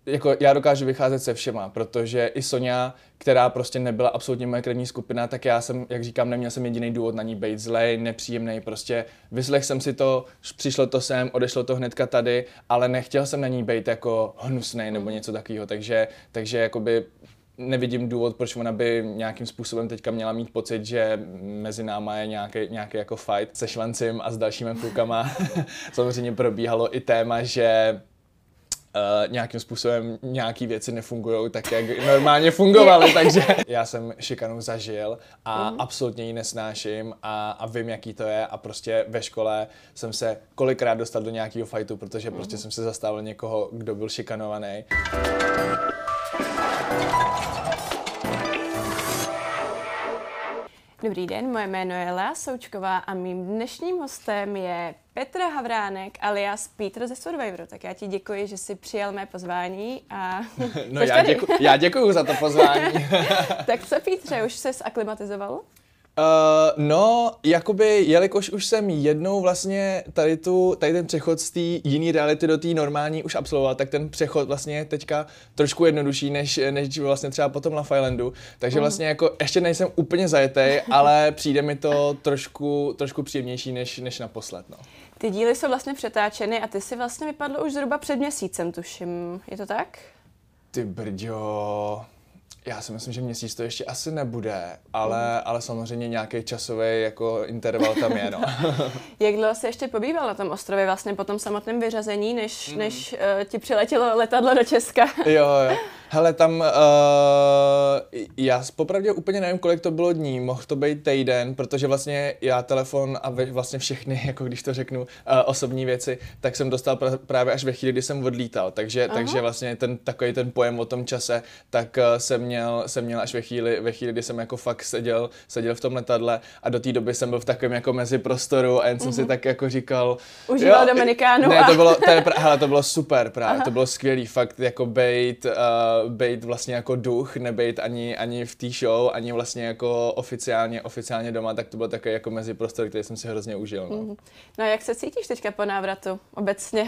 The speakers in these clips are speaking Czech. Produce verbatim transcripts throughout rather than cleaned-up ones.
jako já dokážu vycházet se všema, protože i Sonia, která prostě nebyla absolutně moje krevní skupina, tak já jsem, jak říkám, neměl jsem jediný důvod na ní být zlej, nepříjemný, prostě vyslech jsem si to, přišlo to sem, odešlo to hnedka tady, ale nechtěl jsem na ní být jako hnusnej nebo něco takového, takže, takže jakoby nevidím důvod, proč ona by nějakým způsobem teďka měla mít pocit, že mezi náma je nějaký, nějaký jako fight se Švancem a s dalšíma klukama. Samozřejmě probíhalo i téma, že Uh, nějakým způsobem nějaký věci nefungují tak, jak normálně fungovaly, takže já jsem šikanu zažil a mm. absolutně ji nesnáším a, a vím, jaký to je a prostě ve škole jsem se kolikrát dostal do nějakého fightu, protože mm. prostě jsem se zastával někoho, kdo byl šikanovaný. Dobrý den, moje jméno je Lea Součková a mým dnešním hostem je Petr Havránek alias Pítr ze Survivoru. Tak já ti děkuji, že jsi přijal mé pozvání a... No já, děku, já děkuju za to pozvání. Tak co, Pítře, už jsi aklimatizoval? Uh, no, jakoby, jelikož už jsem jednou vlastně tady, tu, tady ten přechod z té jiné reality do té normální už absolvoval, tak ten přechod vlastně je teďka trošku jednodušší, než, než vlastně třeba po tom Love Islandu. Takže vlastně jako ještě nejsem úplně zajetej, ale přijde mi to trošku, trošku příjemnější než, než naposled. No. Ty díly jsou vlastně přetáčeny a ty si vlastně vypadl už zhruba před měsícem, tuším. Je to tak? Ty brďo... Já si myslím, že měsíc to ještě asi nebude, ale, ale samozřejmě nějaký časový jako interval tam je, no. Jak dlouho jsi ještě pobýval na tom ostrově vlastně po tom samotném vyřazení, než, mm. než uh, ti přiletělo letadlo do Česka? Jo, jo. Hele, tam, uh, já popravdě úplně nevím, kolik to bylo dní, mohl to být týden, protože vlastně já telefon a vlastně všechny, jako když to řeknu, uh, osobní věci, tak jsem dostal pr- právě až ve chvíli, kdy jsem odlítal, takže, takže vlastně ten takový ten pojem o tom čase, tak uh, jsem měl, jsem měl až ve chvíli, ve chvíli, kdy jsem jako fakt seděl, seděl v tom letadle a do té doby jsem byl v takovém jako meziprostoru a jen jsem uh-huh. si tak jako říkal... Užíval Dominikánu. Ne, to bylo, to, je, hele, to bylo super právě, Aha. to bylo skvělý, fakt jako bejt, uh, bejt vlastně jako duch, nebejt ani, ani v té show, ani vlastně jako oficiálně, oficiálně doma, tak to byl takový jako meziprostor, který jsem si hrozně užil. No, uh-huh. No a jak se cítíš teďka po návratu obecně?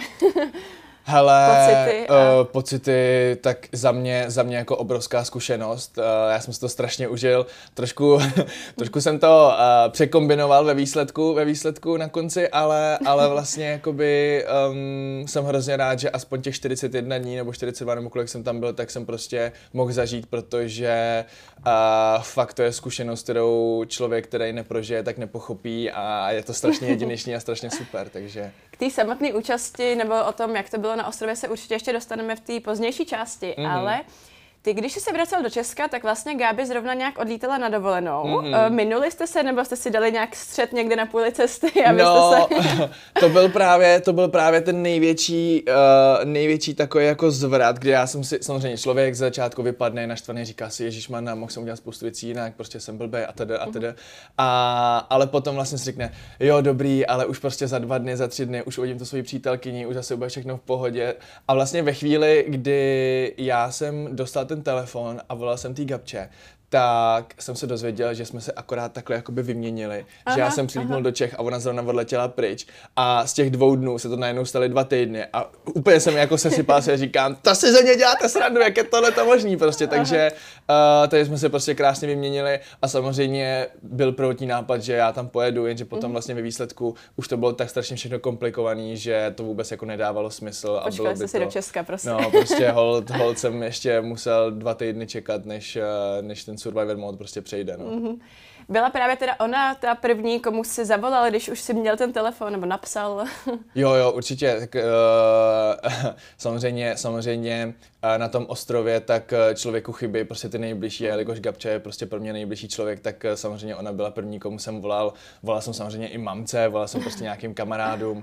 Hele, pocity, a... uh, pocity, tak za mě, za mě jako obrovská zkušenost. Uh, já jsem si to strašně užil. Trošku, trošku jsem to uh, překombinoval ve výsledku, ve výsledku na konci, ale, ale vlastně jakoby um, jsem hrozně rád, že aspoň těch čtyřicet jedna dní nebo čtyřicet dva nebo kolik jsem tam byl, tak jsem prostě mohl zažít, protože uh, fakt to je zkušenost, kterou člověk, který neprožije, tak nepochopí a je to strašně jedinečný a strašně super, takže... K té samotné účasti nebo o tom, jak to bylo na ostrově, se určitě ještě dostaneme v té pozdější části, mm-hmm. ale ty, když jsi se vracel do Česka, tak vlastně Gáby zrovna nějak odlítala na dovolenou. Mm-hmm. Minuli jste se, nebo jste si dali nějak střet někde na půli cesty? No, se... to byl právě, to byl právě ten největší, uh, největší takový jako zvrat, kde já jsem si, samozřejmě člověk z začátku vypadne, naštvaný, říká si, ježišmarja, mohl jsem udělat spoustu věcí jinak, prostě jsem blbej a teda a teda. Mm-hmm. A, ale potom vlastně si řekne, jo dobrý, ale už prostě za dva dny, za tři dny, už uvidím to svoji přítelkyni, už zase bude všechno v pohodě. A vlastně ve chvíli, kdy já jsem dostal ten telefon a volal jsem tý Gabče, tak jsem se dozvěděl, že jsme se akorát takhle jakoby vyměnili, aha, že já jsem přilítnul do Čech a ona zrovna odletěla pryč a z těch dvou dnů se to najednou staly dva týdny a úplně jsem jako sesypal se a říkám, to si ze mě děláte srandu, jak je tohle to možný prostě, takže uh, tady jsme se prostě krásně vyměnili a samozřejmě byl prvotní nápad, že já tam pojedu, jenže potom vlastně ve výsledku už to bylo tak strašně všechno komplikovaný, že to vůbec jako nedávalo smysl. Počkali a bylo by jsi si to, do Česka prostě. No prostě hold, hold jsem ještě musel dva týdny čekat, než, než ten Survivor mode prostě přejde, no. Mm-hmm. Byla právě teda ona ta první, komu jsi zavolal, když už jsi měl ten telefon, nebo napsal? Jo, jo, určitě. Tak, uh, samozřejmě, samozřejmě uh, na tom ostrově tak člověku chybí prostě ty nejbližší, a jelikož Gabča je prostě pro mě nejbližší člověk, tak uh, samozřejmě ona byla první, komu jsem volal. Volal jsem samozřejmě i mamce, volal jsem prostě nějakým kamarádům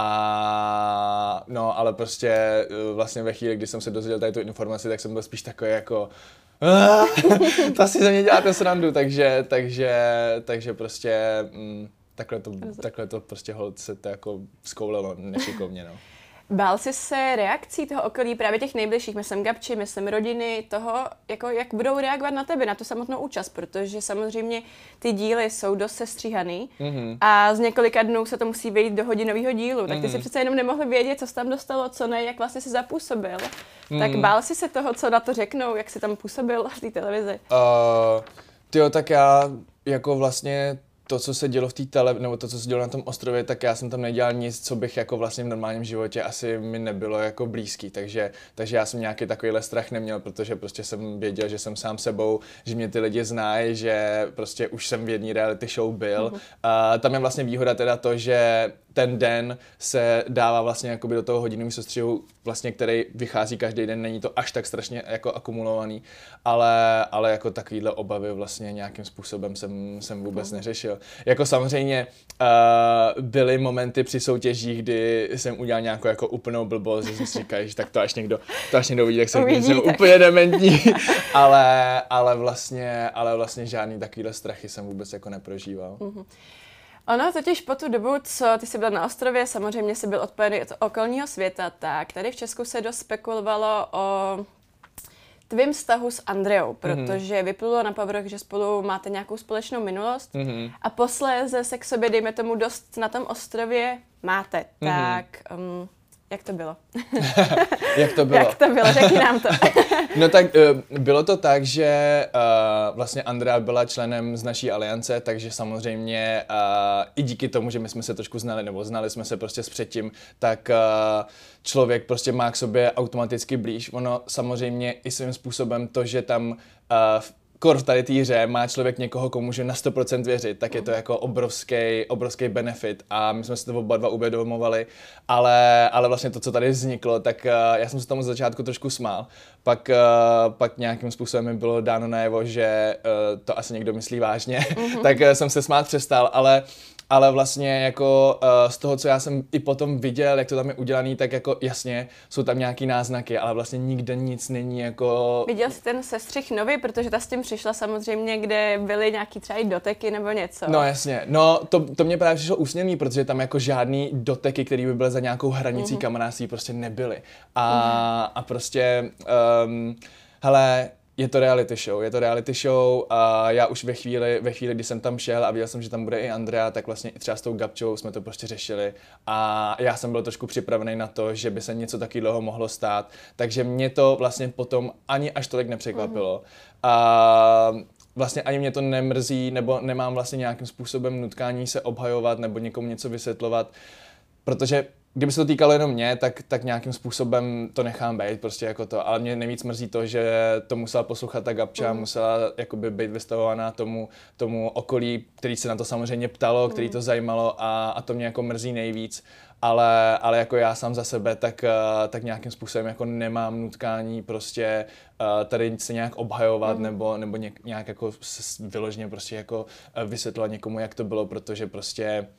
a no, ale prostě uh, vlastně ve chvíli, kdy jsem se dozvěděl tady tu informaci, tak jsem byl spíš takový jako to si ze mě děláte srandu, takže, takže, takže prostě mm, takhle, to, takhle to prostě holt se to jako zkoulelo nešikovně, no. Bál jsi se reakcí toho okolí, právě těch nejbližších, myslím Gabči, myslím rodiny, toho, jako jak budou reagovat na tebe, na tu samotnou účast, protože samozřejmě ty díly jsou dost sestříhaný mm-hmm. a z několika dnů se to musí vejít do hodinového dílu, tak ty mm-hmm. si přece jenom nemohli vědět, co jsi tam dostalo, co ne, jak vlastně si zapůsobil. Mm-hmm. Tak bál jsi se toho, co na to řeknou, jak jsi tam působil v té televizi? Uh, tyjo, tak já jako vlastně to, co se dělo v té tele, nebo to, co se dělo na tom ostrově, tak já jsem tam nedělal nic, co bych jako vlastně v normálním životě asi mi nebylo jako blízký, takže, takže já jsem nějaký takovýhle strach neměl, protože prostě jsem věděl, že jsem sám sebou, že mě ty lidi znají, že prostě už jsem v jedné reality show byl. Mm-hmm. A tam je vlastně výhoda teda to, že ten den se dává vlastně jakoby do toho hodinového sestřihu, vlastně, který vychází každý den, není to až tak strašně jako akumulovaný, ale, ale jako takovýhle obavy vlastně nějakým způsobem jsem, jsem vůbec neřešil. Jako samozřejmě uh, byly momenty při soutěžích, kdy jsem udělal nějakou jako úplnou blbost, že jsem si říkal, že tak to až někdo, to až někdo uvidí, tak jsem, uvidí, jsem tak. úplně dementní, ale, ale, vlastně, ale vlastně žádný takovýhle strachy jsem vůbec jako neprožíval. Mm-hmm. Ono totiž po tu dobu, co ty jsi byl na ostrově, samozřejmě jsi byl odpojený od okolního světa, tak tady v Česku se dost spekulovalo o tvým vztahu s Andreou, protože mm-hmm. vyplynulo na povrch, že spolu máte nějakou společnou minulost mm-hmm. a posléze se k sobě, dejme tomu, dost na tom ostrově máte. Mm-hmm. Tak um, jak to bylo? Jak to bylo? Jak to bylo? Řekni nám to. No tak uh, bylo to tak, že uh, vlastně Andrea byla členem z naší aliance, takže samozřejmě uh, i díky tomu, že my jsme se trošku znali, nebo znali jsme se prostě s předtím, tak uh, člověk prostě má k sobě automaticky blíž. Ono samozřejmě i svým způsobem to, že tam uh, kor v tady té hře má člověk někoho, komu může na sto procent věřit, tak je to jako obrovský, obrovský benefit a my jsme si to oba dva uvědomovali, ale, ale vlastně to, co tady vzniklo, tak uh, já jsem se tomu z začátku trošku smál. Pak, uh, pak nějakým způsobem mi bylo dáno najevo, že uh, to asi někdo myslí vážně, mm-hmm. tak uh, jsem se smát přestal, ale ale vlastně jako uh, z toho, co já jsem i potom viděl, jak to tam je udělaný, tak jako jasně jsou tam nějaký náznaky, ale vlastně nikde nic není jako... Viděl jsi ten sestřih nový, protože ta s tím přišla samozřejmě, kde byly nějaký třeba i doteky nebo něco. No jasně, no to, to mě právě přišlo úsměvný, protože tam jako žádný doteky, které by byly za nějakou hranicí mm-hmm. kamarádství, prostě nebyly. A, mm-hmm. a prostě, um, hele... Je to reality show, je to reality show a já už ve chvíli, ve chvíli, kdy jsem tam šel a viděl jsem, že tam bude i Andrea, tak vlastně i třeba s tou Gabčou jsme to prostě řešili a já jsem byl trošku připravený na to, že by se něco takového mohlo stát, takže mě to vlastně potom ani až tolik nepřekvapilo. Mm-hmm. A vlastně ani mě to nemrzí, nebo nemám vlastně nějakým způsobem nutkání se obhajovat nebo někomu něco vysvětlovat, protože kdyby se to týkalo jenom mě, tak, tak nějakým způsobem to nechám být, prostě jako to. Ale mě nejvíc mrzí to, že to musela poslouchat ta Gabča, mm. musela jakoby být vystavovaná tomu, tomu okolí, který se na to samozřejmě ptalo, který to zajímalo a, a to mě jako mrzí nejvíc. Ale, ale jako já sám za sebe, tak, tak nějakým způsobem jako nemám nutkání prostě tady se nějak obhajovat mm. nebo, nebo nějak jako vyloženě prostě jako vysvětlovat někomu, jak to bylo, protože prostě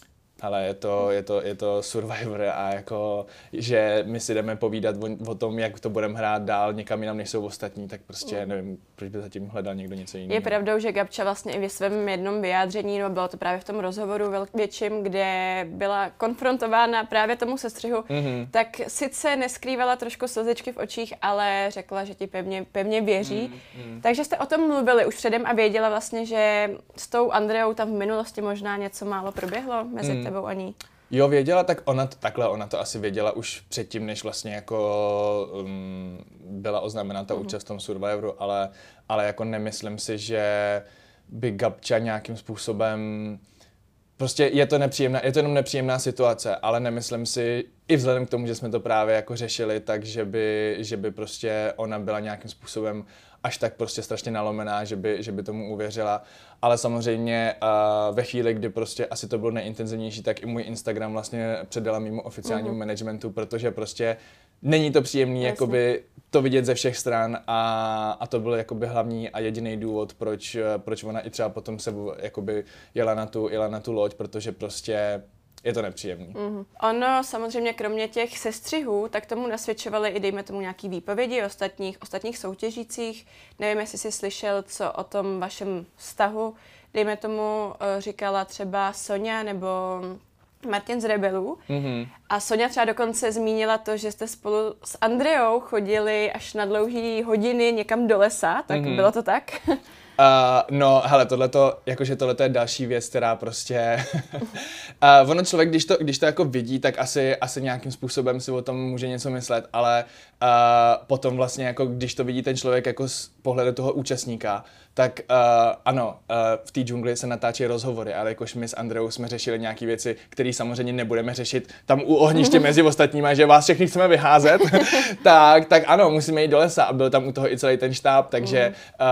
ale je to, je to, je to Survivor a jako, že my si jdeme povídat o, o tom, jak to budeme hrát dál někam jinam, než jsou ostatní, tak prostě nevím, proč by zatím hledal někdo něco jiného. Je pravdou, že Gabča vlastně i ve svém jednom vyjádření, nebo bylo to právě v tom rozhovoru větším, kde byla konfrontována právě tomu sestřihu, mm-hmm. tak sice neskrývala trošku slzičky v očích, ale řekla, že ti pevně, pevně věří. Mm-hmm. Takže jste o tom mluvili už předem a věděla vlastně, že s tou Andreou tam v minulosti možná něco málo proběhlo mezi mm. tebou a ní. Jo, věděla, tak ona to, takhle, ona to asi věděla už předtím, než vlastně jako um, byla oznámena ta uh-huh. účast v tom Survivoru, ale, ale jako nemyslím si, že by Gabča nějakým způsobem, prostě je to nepříjemná, je to jenom nepříjemná situace, ale nemyslím si, i vzhledem k tomu, že jsme to právě jako řešili, tak že by, že by prostě ona byla nějakým způsobem až tak prostě strašně nalomená, že by, že by tomu uvěřila. Ale samozřejmě uh, ve chvíli, kdy prostě asi to bylo nejintenzivnější, tak i můj Instagram vlastně předala mimo oficiálnímu mm-hmm. managementu, protože prostě není to příjemný jakoby to vidět ze všech stran a, a to byl jakoby hlavní a jediný důvod, proč, proč ona i třeba potom se jakoby jela na tu, jela na tu loď, protože prostě je to nepříjemný. Mm-hmm. Ono samozřejmě kromě těch sestřihů, tak tomu nasvědčovaly i dejme tomu nějaký výpovědi ostatních, ostatních soutěžících. Nevím, jestli jsi slyšel, co o tom vašem vztahu, dejme tomu, říkala třeba Sonja nebo Martin z Rebelů. Mm-hmm. A Sonja třeba dokonce zmínila to, že jste spolu s Andreou chodili až na dlouhý hodiny někam do lesa, tak mm-hmm. bylo to tak? Uh, no, hele, tohleto, jakože tohleto je další věc, která prostě... uh, ono člověk, když to, když to jako vidí, tak asi, asi nějakým způsobem si o tom může něco myslet, ale uh, potom vlastně, jako když to vidí ten člověk jako z pohledu toho účastníka, tak uh, ano, uh, v té džungli se natáčí rozhovory, ale jakož my s Andreou jsme řešili nějaké věci, které samozřejmě nebudeme řešit tam u ohniště mezi ostatníma, že vás všechny chceme vyházet, tak, tak ano, musíme jít do lesa a byl tam u toho i celý ten štáb, takže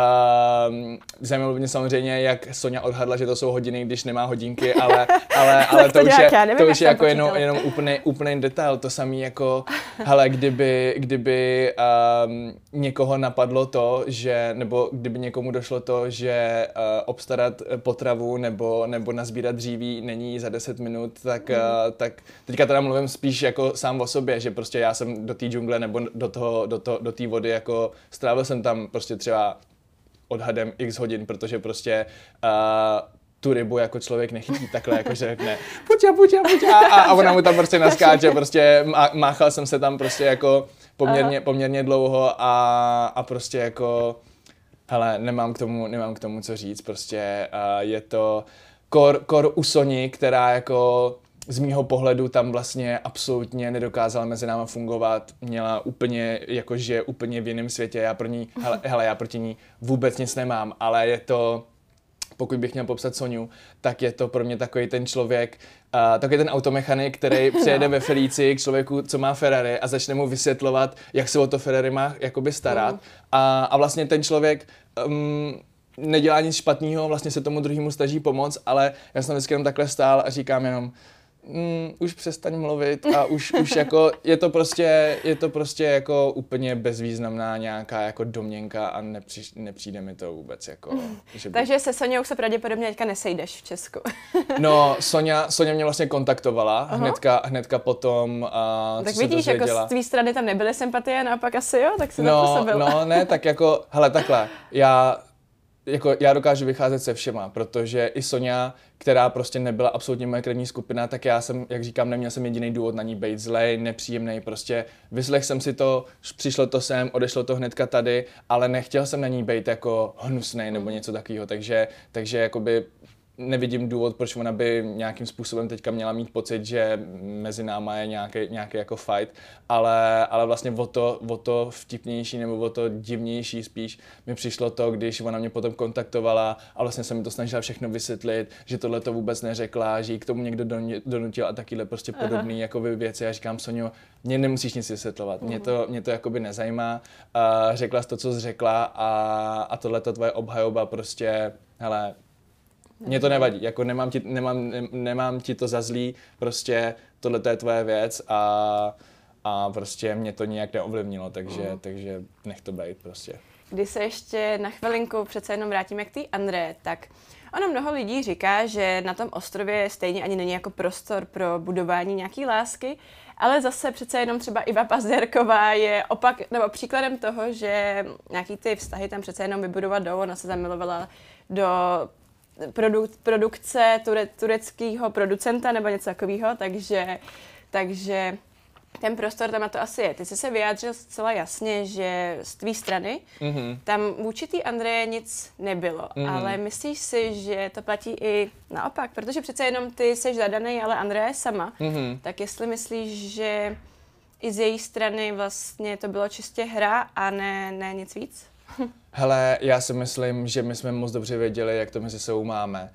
uh, zajímalo mě samozřejmě, jak Sonja odhadla, že to jsou hodiny, když nemá hodinky, ale, ale, ale to, to už je, nevím, to už je jako jenom, jenom úplný, úplný detail, to samý jako, hele, kdyby, kdyby um, někoho napadlo to, že, nebo kdyby někomu došlo to, že uh, obstarat potravu nebo, nebo nazbírat dříví není za deset minut, tak, mm. uh, tak teďka teda mluvím spíš jako sám o sobě, že prostě já jsem do té džungle nebo do toho, do to, do té vody jako strávil jsem tam prostě třeba odhadem x hodin, protože prostě uh, tu rybu jako člověk nechytí takhle, jako že řekne puťa, puťa, puťa a, a ona mu tam prostě naskáče, prostě má, máchal jsem se tam prostě jako poměrně, poměrně dlouho a, a prostě jako hele, nemám k tomu, nemám k tomu co říct, prostě uh, je to kor, kor u Soni, která jako z mýho pohledu tam vlastně absolutně nedokázala mezi náma fungovat, měla úplně, jakože úplně v jiném světě, já pro ní, hele, hele, já proti ní vůbec nic nemám, ale je to, pokud bych měl popsat Soňu, tak je to pro mě takový ten člověk, uh, takový ten automechanik, který přijede ve Felíci k člověku, co má Ferrari a začne mu vysvětlovat, jak se o to Ferrari má jakoby starat. Mm. A, a vlastně ten člověk um, nedělá nic špatného, vlastně se tomu druhému snaží pomoct, ale já jsem vždycky jenom takhle stál a říkám jenom, Mm, už přestaň mluvit a už, už jako je to prostě, je to prostě jako úplně bezvýznamná nějaká jako domněnka a nepři, nepřijde mi to vůbec jako, že by... Takže se Soňou se pravděpodobně teďka nesejdeš v Česku. No, Sonja, Sonja mě vlastně kontaktovala hnedka, hnedka potom, a tak co vidíš, se dozvěděla. jako z tvý strany tam nebyly sympatie, naopak asi jo, tak se no, zapůsobil. No, ne, tak jako, hele, takhle, já... Jako já dokážu vycházet se všema, protože i Sonja, která prostě nebyla absolutně moje krevní skupina, tak já jsem, jak říkám, neměl jsem jediný důvod na ní být zlej, nepříjemný, prostě vyslech jsem si to, přišlo to sem, odešlo to hnedka tady, ale nechtěl jsem na ní být jako hnusnej nebo něco takového, takže, takže jakoby nevidím důvod, proč ona by nějakým způsobem teďka měla mít pocit, že mezi náma je nějaký, nějaký jako fight, ale, ale vlastně o to, o to vtipnější nebo o to divnější spíš mi přišlo to, když ona mě potom kontaktovala a vlastně se mi to snažila všechno vysvětlit, že tohle to vůbec neřekla, že jí k tomu někdo donutil a takyhle prostě podobný jako věci. Já říkám, Soňo, mě nemusíš nic vysvětlovat, mě to, mě to jakoby nezajímá. Uh, řekla jsi to, co jsi řekla a, a tohle to tvoje obhajoba prostě, hele, mně to nevadí, jako nemám ti, nemám, ne, nemám ti to za zlý, prostě tohle je tvoje věc a, a prostě mě to nijak neovlivnilo, takže, mm. takže nech to být prostě. Když se ještě na chvilinku přece jenom vrátíme k té André, tak ono mnoho lidí říká, že na tom ostrově stejně ani není jako prostor pro budování nějaký lásky, ale zase přece jenom třeba Iva Pazderková je opak, nebo příkladem toho, že nějaký ty vztahy tam přece jenom vybudovat jdou, ona se zamilovala do Produk- produkce ture- tureckého producenta nebo něco takového, takže, takže ten prostor tam na to asi je. Ty jsi se vyjádřil zcela jasně, že z tvý strany mm-hmm. tam vůči té Andreje nic nebylo, mm-hmm. ale myslíš si, že to platí i naopak, protože přece jenom ty jsi zadaný, ale Andrea je sama, mm-hmm. tak jestli myslíš, že i z její strany vlastně to bylo čistě hra a ne, ne nic víc? Hele, já si myslím, že my jsme moc dobře věděli, jak to mezi sebou máme.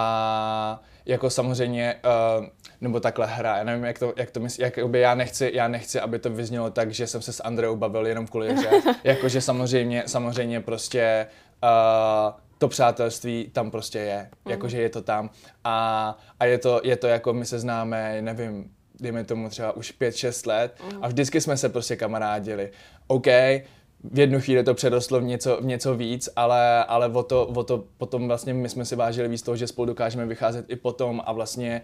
A jako samozřejmě, uh, nebo takhle hra, já nevím, jak to, jak to myslí, jakoby já nechci, já nechci, aby to vyznělo tak, že jsem se s Andreou bavil jenom kvůli hře. Jakože samozřejmě, samozřejmě prostě uh, to přátelství tam prostě je, mm. jakože je to tam. A, a je to, je to jako my se známe, nevím, dejme tomu třeba už pět šest let mm. a vždycky jsme se prostě kamarádili. OK, v jednu chvíli to přerostlo v něco, v něco víc, ale, ale o, to, o to potom vlastně my jsme si vážili víc toho, že spolu dokážeme vycházet i potom a vlastně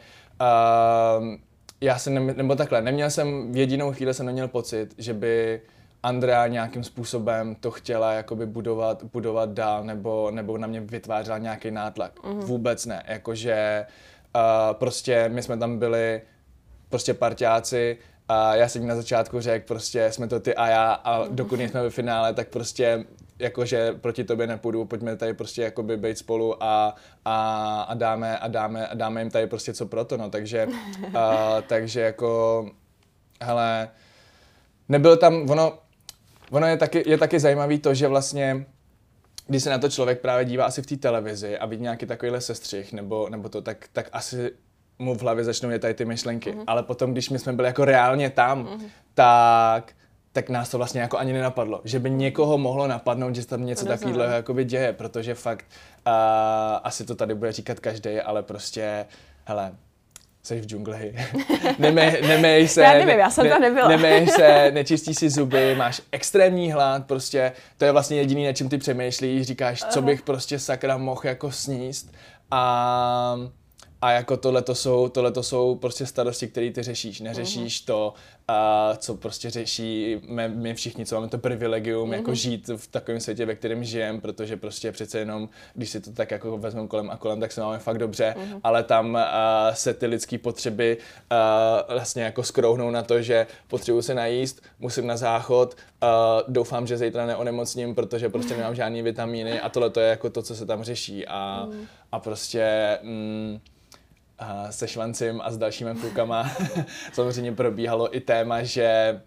uh, já jsem, ne, nebo takhle, neměl jsem, v jedinou chvíli jsem neměl pocit, že by Andrea nějakým způsobem to chtěla jakoby budovat, budovat dál nebo, nebo na mě vytvářela nějaký nátlak. Mm-hmm. Vůbec ne, jakože prostě my jsme tam byli prostě parťáci a já jsem na začátku řekl, prostě jsme to ty a já a dokud nejsme ve finále, tak prostě jakože proti tobě nepůjdu, pojďme tady prostě jakoby být spolu a, a, a, dáme, a, dáme, a dáme jim tady prostě co pro to, no, takže, a, takže jako, hele, nebyl tam, ono, ono je taky, je taky zajímavý to, že vlastně, když se na to člověk právě dívá asi v té televizi a vidí nějaký takovýhle sestřih nebo, nebo to, tak, tak asi mu v hlavě začnou jet tady ty myšlenky. Mm-hmm. Ale potom, když my jsme byli jako reálně tam, mm-hmm. tak, tak nás to vlastně jako ani nenapadlo. Že by někoho mohlo napadnout, že tam něco takového jakoby děje, protože fakt uh, asi to tady bude říkat každý, ale prostě, hele, jsi v džungli, nemej, nemej se, já nevím, já jsem ne, tam nebyla. nemej se, nečistíš si zuby, máš extrémní hlad, prostě to je vlastně jediný, na čem ty přemýšlíš, říkáš, co bych prostě sakra mohl jako sníst a... A jako tohleto jsou, tohleto jsou prostě starosti, které ty řešíš. Neřešíš to, uh, co prostě řeší my, my všichni, co máme to privilegium, mm-hmm. jako žít v takovém světě, ve kterém žijeme, protože prostě přece jenom, když si to tak jako vezmeme kolem a kolem, tak se máme fakt dobře, mm-hmm. ale tam uh, se ty lidské potřeby uh, vlastně jako skrouhnou na to, že potřebuji se najíst, musím na záchod, uh, doufám, že zítra neonemocním, protože prostě nemám žádný vitamíny a tohle to je jako to, co se tam řeší a, mm. a prostě... Mm, a se Švancem a s dalšíma klukama samozřejmě probíhalo i téma, že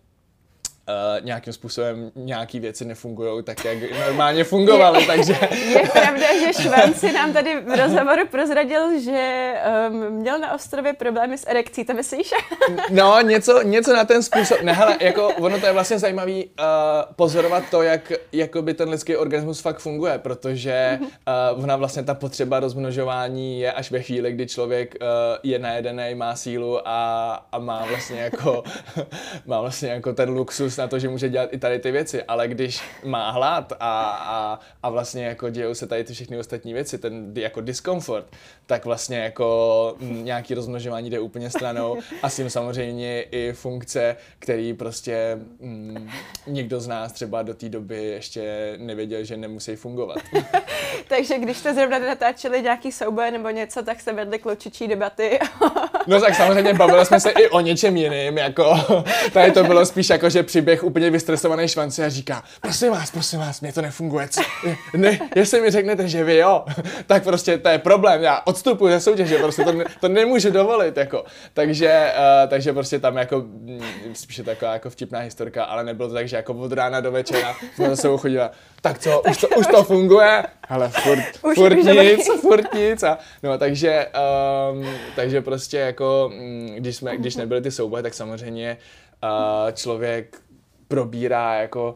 Uh, nějakým způsobem nějaký věci nefungují tak, jak normálně fungovaly, takže... Je pravda, že Švanci nám tady v rozhovoru prozradil, že um, měl na ostrově problémy s erekcí, to myslíš? No, něco, něco na ten způsob. Ne, hele, jako ono to je vlastně zajímavý uh, pozorovat to, jak jakoby ten lidský organismus fakt funguje, protože uh, ona vlastně ta potřeba rozmnožování je až ve chvíli, kdy člověk uh, je najedený, má sílu a, a má vlastně jako má vlastně jako ten luxus na to, že může dělat i tady ty věci, ale když má hlad a, a, a vlastně jako dějou se tady ty všechny ostatní věci, ten jako diskomfort, tak vlastně jako nějaký rozmnožování jde úplně stranou a s tím samozřejmě i funkce, který prostě mm, někdo z nás třeba do té doby ještě nevěděl, že nemusí fungovat. Takže když jste zrovna natáčeli nějaký souboj nebo něco, tak jste vedli klučičí debaty. No tak samozřejmě bavili jsme se i o něčem jiným, jako tady to bylo spíš jako, že přiběh úplně vystresovaný Švanci a říká, prosím vás, prosím vás, mě to nefunguje, co? Ne, jestli mi řeknete, že vy jo, tak prostě to je problém, já odstupuji ze soutěže, prostě to, ne, to nemůžu dovolit, jako. Takže, uh, takže prostě tam jako, spíše taková jako vtipná historka, ale nebylo to tak, že jako od rána do večera jsme za sebou chodila, tak co, už to, už to funguje? Ale furt, už furt nic, furt nic. A, no, takže, um, takže prostě jako, když, jsme, když nebyly ty souboje, tak samozřejmě uh, člověk probírá jako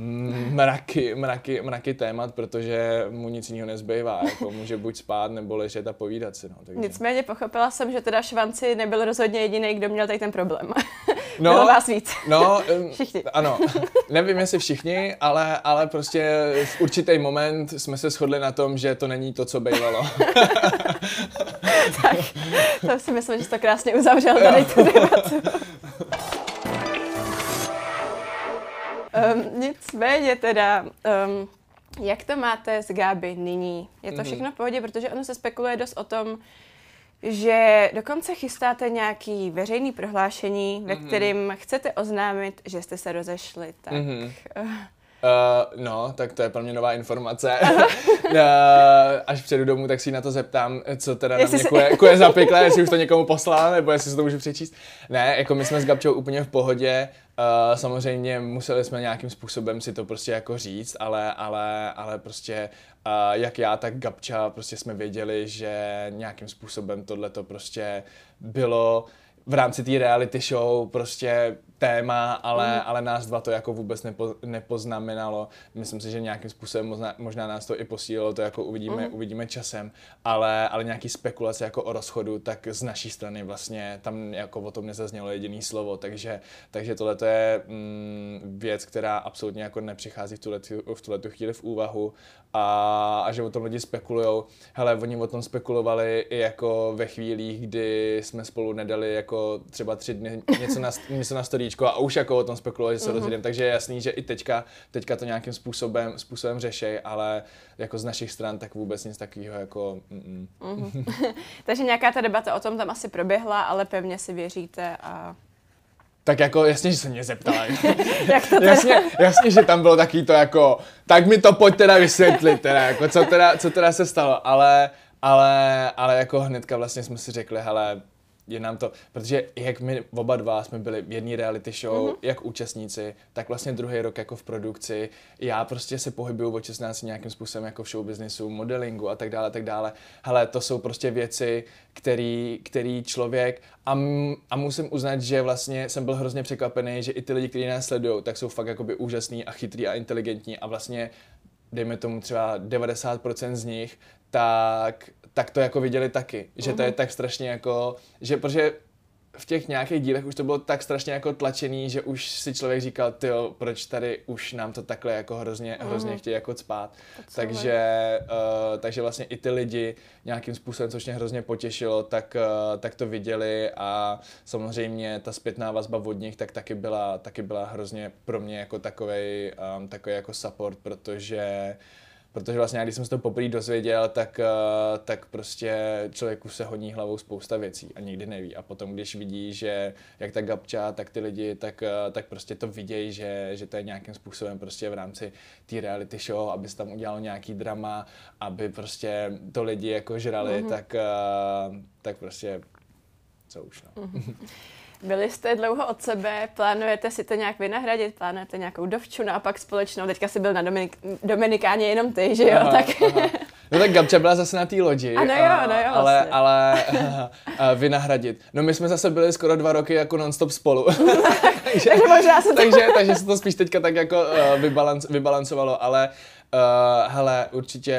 mraky, mraky, mraky témat, protože mu nic jiného nezbývá. Jako může buď spát, nebo ležet a povídat si. No, takže. Nicméně pochopila jsem, že teda Švanci nebyl rozhodně jediný, kdo měl tady ten problém. No, bylo vás víc. No, všichni. Ano, nevím, jestli všichni, ale, ale prostě v určitý moment jsme se shodli na tom, že to není to, co bývalo. Tak, to si myslím, že jsi to krásně uzavřel tady tu debatu. Um, nicméně teda, um, jak to máte s Gáby nyní? Je to všechno v pohodě, protože ono se spekuluje dost o tom, že dokonce chystáte nějaký veřejný prohlášení, ve mm-hmm. kterém chcete oznámit, že jste se rozešli, tak... Mm-hmm. Uh, no, tak to je pro mě nová informace. uh, až přijdu domů, tak si na to zeptám, co teda na mě se... kuje, kuje zapikla, jestli už to někomu poslala, nebo jestli se to můžu přečíst. Ne, jako my jsme s Gabčou úplně v pohodě. Uh, samozřejmě museli jsme nějakým způsobem si to prostě jako říct, ale, ale, ale prostě uh, jak já, tak Gabča prostě jsme věděli, že nějakým způsobem tohleto prostě bylo v rámci té reality show prostě téma, ale, mm. ale nás dva to jako vůbec nepo, nepoznamenalo. Myslím si, že nějakým způsobem možná, možná nás to i posílilo, to jako uvidíme, mm. uvidíme časem, ale, ale nějaký spekulace jako o rozchodu, tak z naší strany vlastně tam jako o tom nezaznělo jediný slovo, takže, takže tohle je mm, věc, která absolutně jako nepřichází v tuhletu, v tuhletu chvíli v úvahu a, a že o tom lidi spekulujou. Hele, oni o tom spekulovali i jako ve chvílích, kdy jsme spolu nedali jako jako třeba tři dny něco na, něco na storíčko a už jako o tom spekulovali, že se mm-hmm. rozjedeme, takže je jasný, že i teďka, teďka to nějakým způsobem, způsobem řešej, ale jako z našich stran tak vůbec nic takového jako... Mm-mm. Mm-hmm. Takže nějaká ta debata o tom tam asi proběhla, ale pevně si věříte a... Tak jako jasně, že se mě zeptala. Jak to teda? jasně, jasně, že tam bylo takový to jako, tak mi to pojď teda vysvětlit, teda, jako, co, teda, co teda se stalo, ale, ale, ale jako hnedka vlastně jsme si řekli, hele, je nám to, protože jak my oba dva jsme byli v jedné reality show, mm-hmm. jak účastníci, tak vlastně druhý rok jako v produkci. Já prostě se pohybuju od šestnácti nějakým způsobem jako v showbiznisu, modelingu a tak dále, tak dále. Hele, to jsou prostě věci, který, který člověk a, m, a musím uznat, že vlastně jsem byl hrozně překvapený, že i ty lidi, kteří nás sledují, tak jsou fakt jakoby úžasný a chytrý a inteligentní a vlastně dejme tomu třeba devadesát procent z nich, tak, tak to jako viděli taky, že uh-huh. to je tak strašně jako, že protože v těch nějakých dílech už to bylo tak strašně jako tlačený, že už si člověk říkal, tyjo, proč tady už nám to takhle jako hrozně, uh-huh. hrozně chtějí jako cpát. Takže, uh, takže vlastně i ty lidi nějakým způsobem, což mě hrozně potěšilo, tak, uh, tak to viděli a samozřejmě ta zpětná vazba od nich tak taky byla, taky byla hrozně pro mě jako takovej, um, takový jako support, protože Protože vlastně, když jsem se to poprvé dozvěděl, tak, tak prostě člověku se honí hlavou spousta věcí a nikdy neví. A potom, když vidí, že jak ta Gabča, tak ty lidi, tak, tak prostě to vidějí, že, že to je nějakým způsobem prostě v rámci té reality show, aby se tam udělalo nějaký drama, aby prostě to lidi jako žrali, mm-hmm. tak, tak prostě co už no. Mm-hmm. Byli jste dlouho od sebe, plánujete si to nějak vynahradit, plánujete nějakou dovču, no a pak společnou, teďka jsi byl na Dominik- Dominikáně jenom ty, že jo? Aha, tak... aha. No tak Gabča byla zase na té lodi, ano jo, no jo, ale, vlastně. ale a vynahradit. No my jsme zase byli skoro dva roky jako non-stop spolu. takže, se takže, takže se to spíš teďka tak jako uh, vybalanc, vybalancovalo, ale Uh, hele, určitě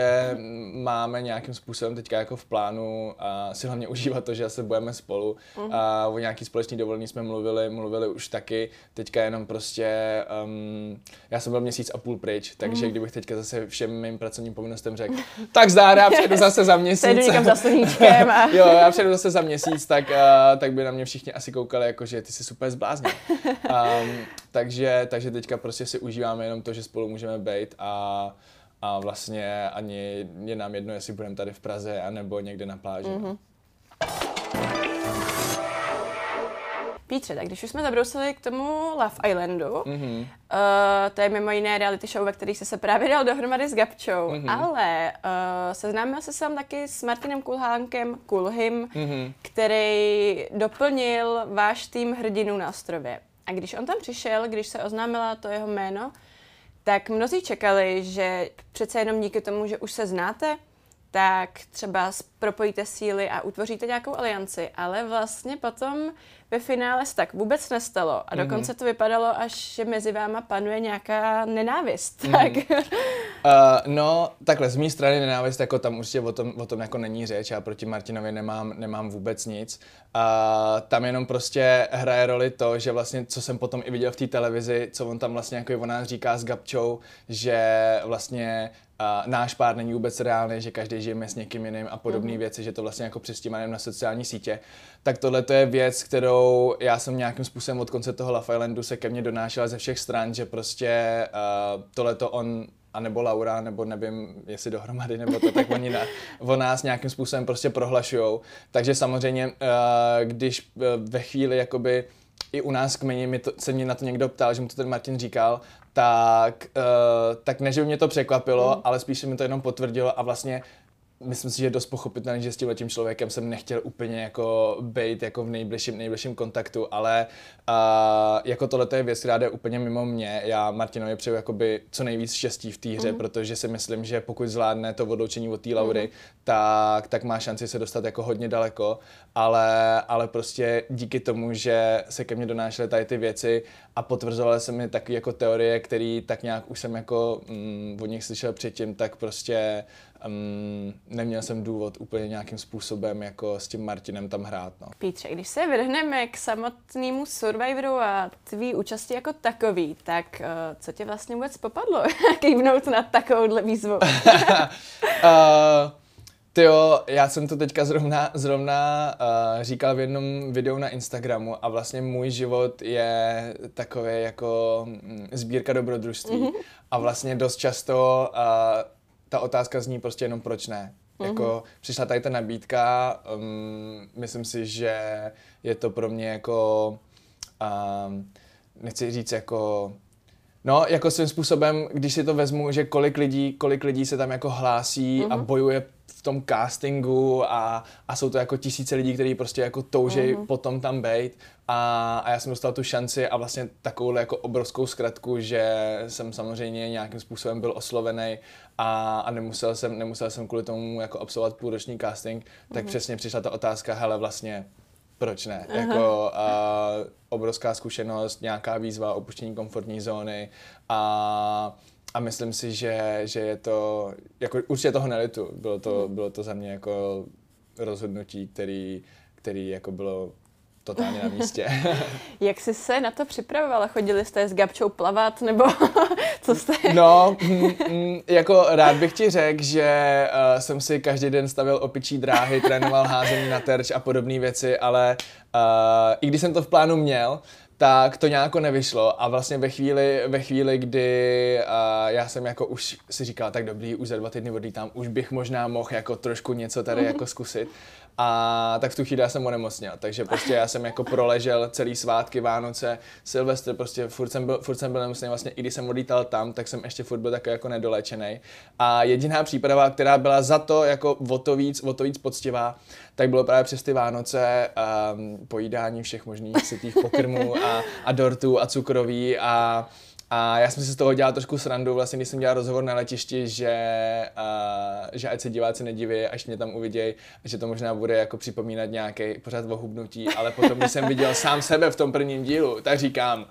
máme nějakým způsobem teďka jako v plánu uh, si hlavně užívat to, že se budeme spolu. Uh, o nějaký společný dovolený jsme mluvili, mluvili už taky. Teďka jenom prostě, um, já jsem byl měsíc a půl pryč, takže mm. kdybych teďka zase všem mým pracovním povinnostem řekl, tak zdár, já přijedu zase za měsíc. Jdu někam za sluníčkem. A... jo, já přijedu zase za měsíc, tak, uh, tak by na mě všichni asi koukali, jako, že ty jsi super zbláznil. Um, takže, takže teďka prostě si užíváme jenom to, že spolu můžeme být a A vlastně ani je nám jedno, jestli budeme tady v Praze, anebo někde na pláži. Mm-hmm. Pítře, tak když už jsme zabrousili k tomu Love Islandu, mm-hmm. uh, to je mimo jiné reality show, ve kterých jsi se právě dal dohromady s Gabčou, mm-hmm. ale uh, seznámil se sám taky s Martinem Kulhánkem, Kulhym, mm-hmm. který doplnil váš tým hrdinů na ostrově. A když on tam přišel, když se oznámila to jeho jméno, tak mnozí čekali, že přece jenom díky tomu, že už se znáte, tak třeba propojíte síly a utvoříte nějakou alianci, ale vlastně potom ve finále se tak vůbec nestalo a dokonce mm-hmm. to vypadalo, až že mezi váma panuje nějaká nenávist. Mm-hmm. Tak. Uh, no, takhle, z mé strany nenávist, jako tam určitě o tom, o tom jako není řeč, já proti Martinovi nemám, nemám vůbec nic. Uh, tam jenom prostě hraje roli to, že vlastně, co jsem potom i viděl v té televizi, co on tam vlastně jako o nás říká s Gabčou, že vlastně Uh, náš pár není vůbec reálný, že každý žijeme s někým jiným a podobné mm-hmm. věci, že to vlastně jako přestímáme na sociální sítě. Tak tohle to je věc, kterou já jsem nějakým způsobem od konce toho Love Islandu se ke mně donášela ze všech stran, že prostě uh, tohleto on a nebo Laura, nebo nevím, jestli dohromady, nebo to, tak oni na, o nás nějakým způsobem prostě prohlašujou. Takže samozřejmě, uh, když uh, ve chvíli jakoby i u nás kmeni mi to, se mě na to někdo ptal, že mu to ten Martin říkal, tak, uh, tak ne, že by mě to překvapilo, mm. ale spíš se mi to jenom potvrdilo a vlastně myslím si, že je dost pochopitelný, že s tímhletím člověkem jsem nechtěl úplně jako být jako v nejbližším, nejbližším kontaktu, ale uh, jako tohle je věc, která jde úplně mimo mě. Já Martinovi přeju jakoby co nejvíc štěstí v té hře, mm. protože si myslím, že pokud zvládne to odloučení od té Laury, mm. tak, tak má šanci se dostat jako hodně daleko, ale, ale prostě díky tomu, že se ke mně donášely tady ty věci a potvrzovaly se mi taky jako teorie, které tak nějak už jsem jako mm, od nich slyšel předtím, tak prostě Um, neměl jsem důvod úplně nějakým způsobem jako s tím Martinem tam hrát. No. Pítře, když se vrhneme k samotnému Survivoru a tvý účasti jako takový, tak uh, co tě vlastně vůbec popadlo kývnout na takovouhle výzvu? uh, Tyjo, já jsem to teďka zrovna, zrovna uh, říkal v jednom videu na Instagramu a vlastně můj život je takový jako mm, sbírka dobrodružství. Mm-hmm. A vlastně dost často uh, ta otázka zní prostě jenom proč ne. Mm-hmm. Jako přišla tady ta nabídka, um, myslím si, že je to pro mě jako, um, nechci říct jako, no jako svým způsobem, když si to vezmu, že kolik lidí, kolik lidí se tam jako hlásí mm-hmm. a bojuje v tom castingu a, a jsou to jako tisíce lidí, kteří prostě jako toužejí mm-hmm. potom tam bejt a, a já jsem dostal tu šanci a vlastně takovou jako obrovskou zkratku, že jsem samozřejmě nějakým způsobem byl oslovený a, a nemusel jsem, nemusel jsem kvůli tomu jako absolvovat půlroční casting, mm-hmm. tak přesně přišla ta otázka, hele vlastně proč ne? Aha. Jako uh, obrovská zkušenost, nějaká výzva, opuštění komfortní zóny a A myslím si, že, že je to, jako určitě toho nelitu, bylo to, bylo to za mě jako rozhodnutí, který, který jako bylo totálně na místě. Jak jsi se na to připravovala? Chodili jste s Gabčou plavat, nebo co jste? No, mm, mm, jako rád bych ti řekl, že uh, jsem si každý den stavil opičí dráhy, trénoval házení na terč a podobné věci, ale uh, i když jsem to v plánu měl, tak to nějak nevyšlo a vlastně ve chvíli, ve chvíli kdy uh, já jsem jako už si říkal, tak dobrý, už za dva týdny odlítám, už bych možná mohl jako trošku něco tady mm-hmm. jako zkusit. A tak v tu chvíli já jsem onemocněl, takže prostě já jsem jako proležel celý svátky, Vánoce, Silvestr, prostě furt jsem byl, furt jsem byl nemocný, vlastně i když jsem odlítal tam, tak jsem ještě furt byl takový jako nedolečenej. A jediná příprava, která byla za to jako o to víc, o to víc poctivá, tak bylo právě přes ty Vánoce um, pojídání všech možných sytých pokrmů a, a dortů a cukroví a A já jsem si z toho dělal trošku srandu, vlastně když jsem dělal rozhovor na letišti, že, uh, že ať se diváci nediví, až mě tam uvidějí, že to možná bude jako připomínat nějaký pořád ohubnutí, ale potom, když jsem viděl sám sebe v tom prvním dílu, tak říkám,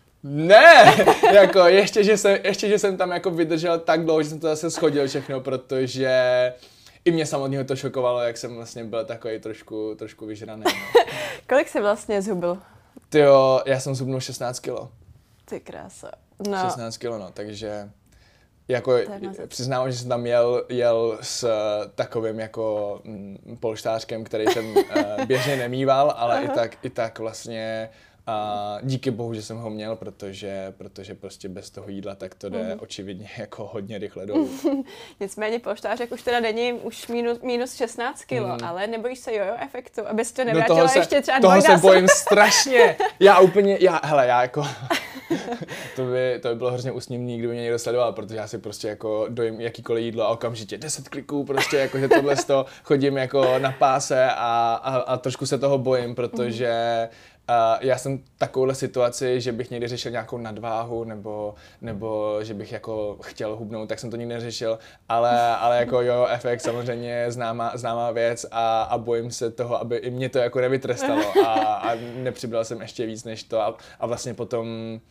ne, jako ještě že, jsem, ještě, že jsem tam jako vydržel tak dlouho, že jsem to zase schodil všechno, protože i mě samotného to šokovalo, jak jsem vlastně byl takový trošku, trošku vyžraný. No. Kolik jsi vlastně zhubil? Tyjo, já jsem zhubnul šestnáct kilo. Ty krása. No. šestnáct kilo, no, takže jako přiznám, že jsem tam jel, jel s takovým jako mm, polštářkem, který jsem uh, běžně nemýval, ale i tak, i tak vlastně a díky bohu, že jsem ho měl, protože, protože prostě bez toho jídla tak to jde mm. očividně jako hodně rychle dolů. Nicméně polštářek už teda není už minus, minus šestnáct kilo, mm. ale nebojíš se jojo efektu, abys to nevrátila no ještě třeba dvojnásob. Toho se bojím strašně. Já úplně, já, hele, já jako, to by, to by bylo hrozně úsměvný, kdyby mě někdo sledoval, protože já si prostě jako dojím jakýkoliv jídlo a okamžitě deset kliků prostě, jako že tohle to chodím jako na páse a, a, a trošku se toho bojím, protože mm. Uh, já jsem takovouhle situaci, že bych někdy řešil nějakou nadváhu nebo, nebo že bych jako chtěl hubnout, tak jsem to nikdy neřešil, ale, ale jako jo, efekt samozřejmě je známá, známá věc a, a bojím se toho, aby i mě to jako nevytrestalo a, a nepřibral jsem ještě víc než to a, a vlastně potom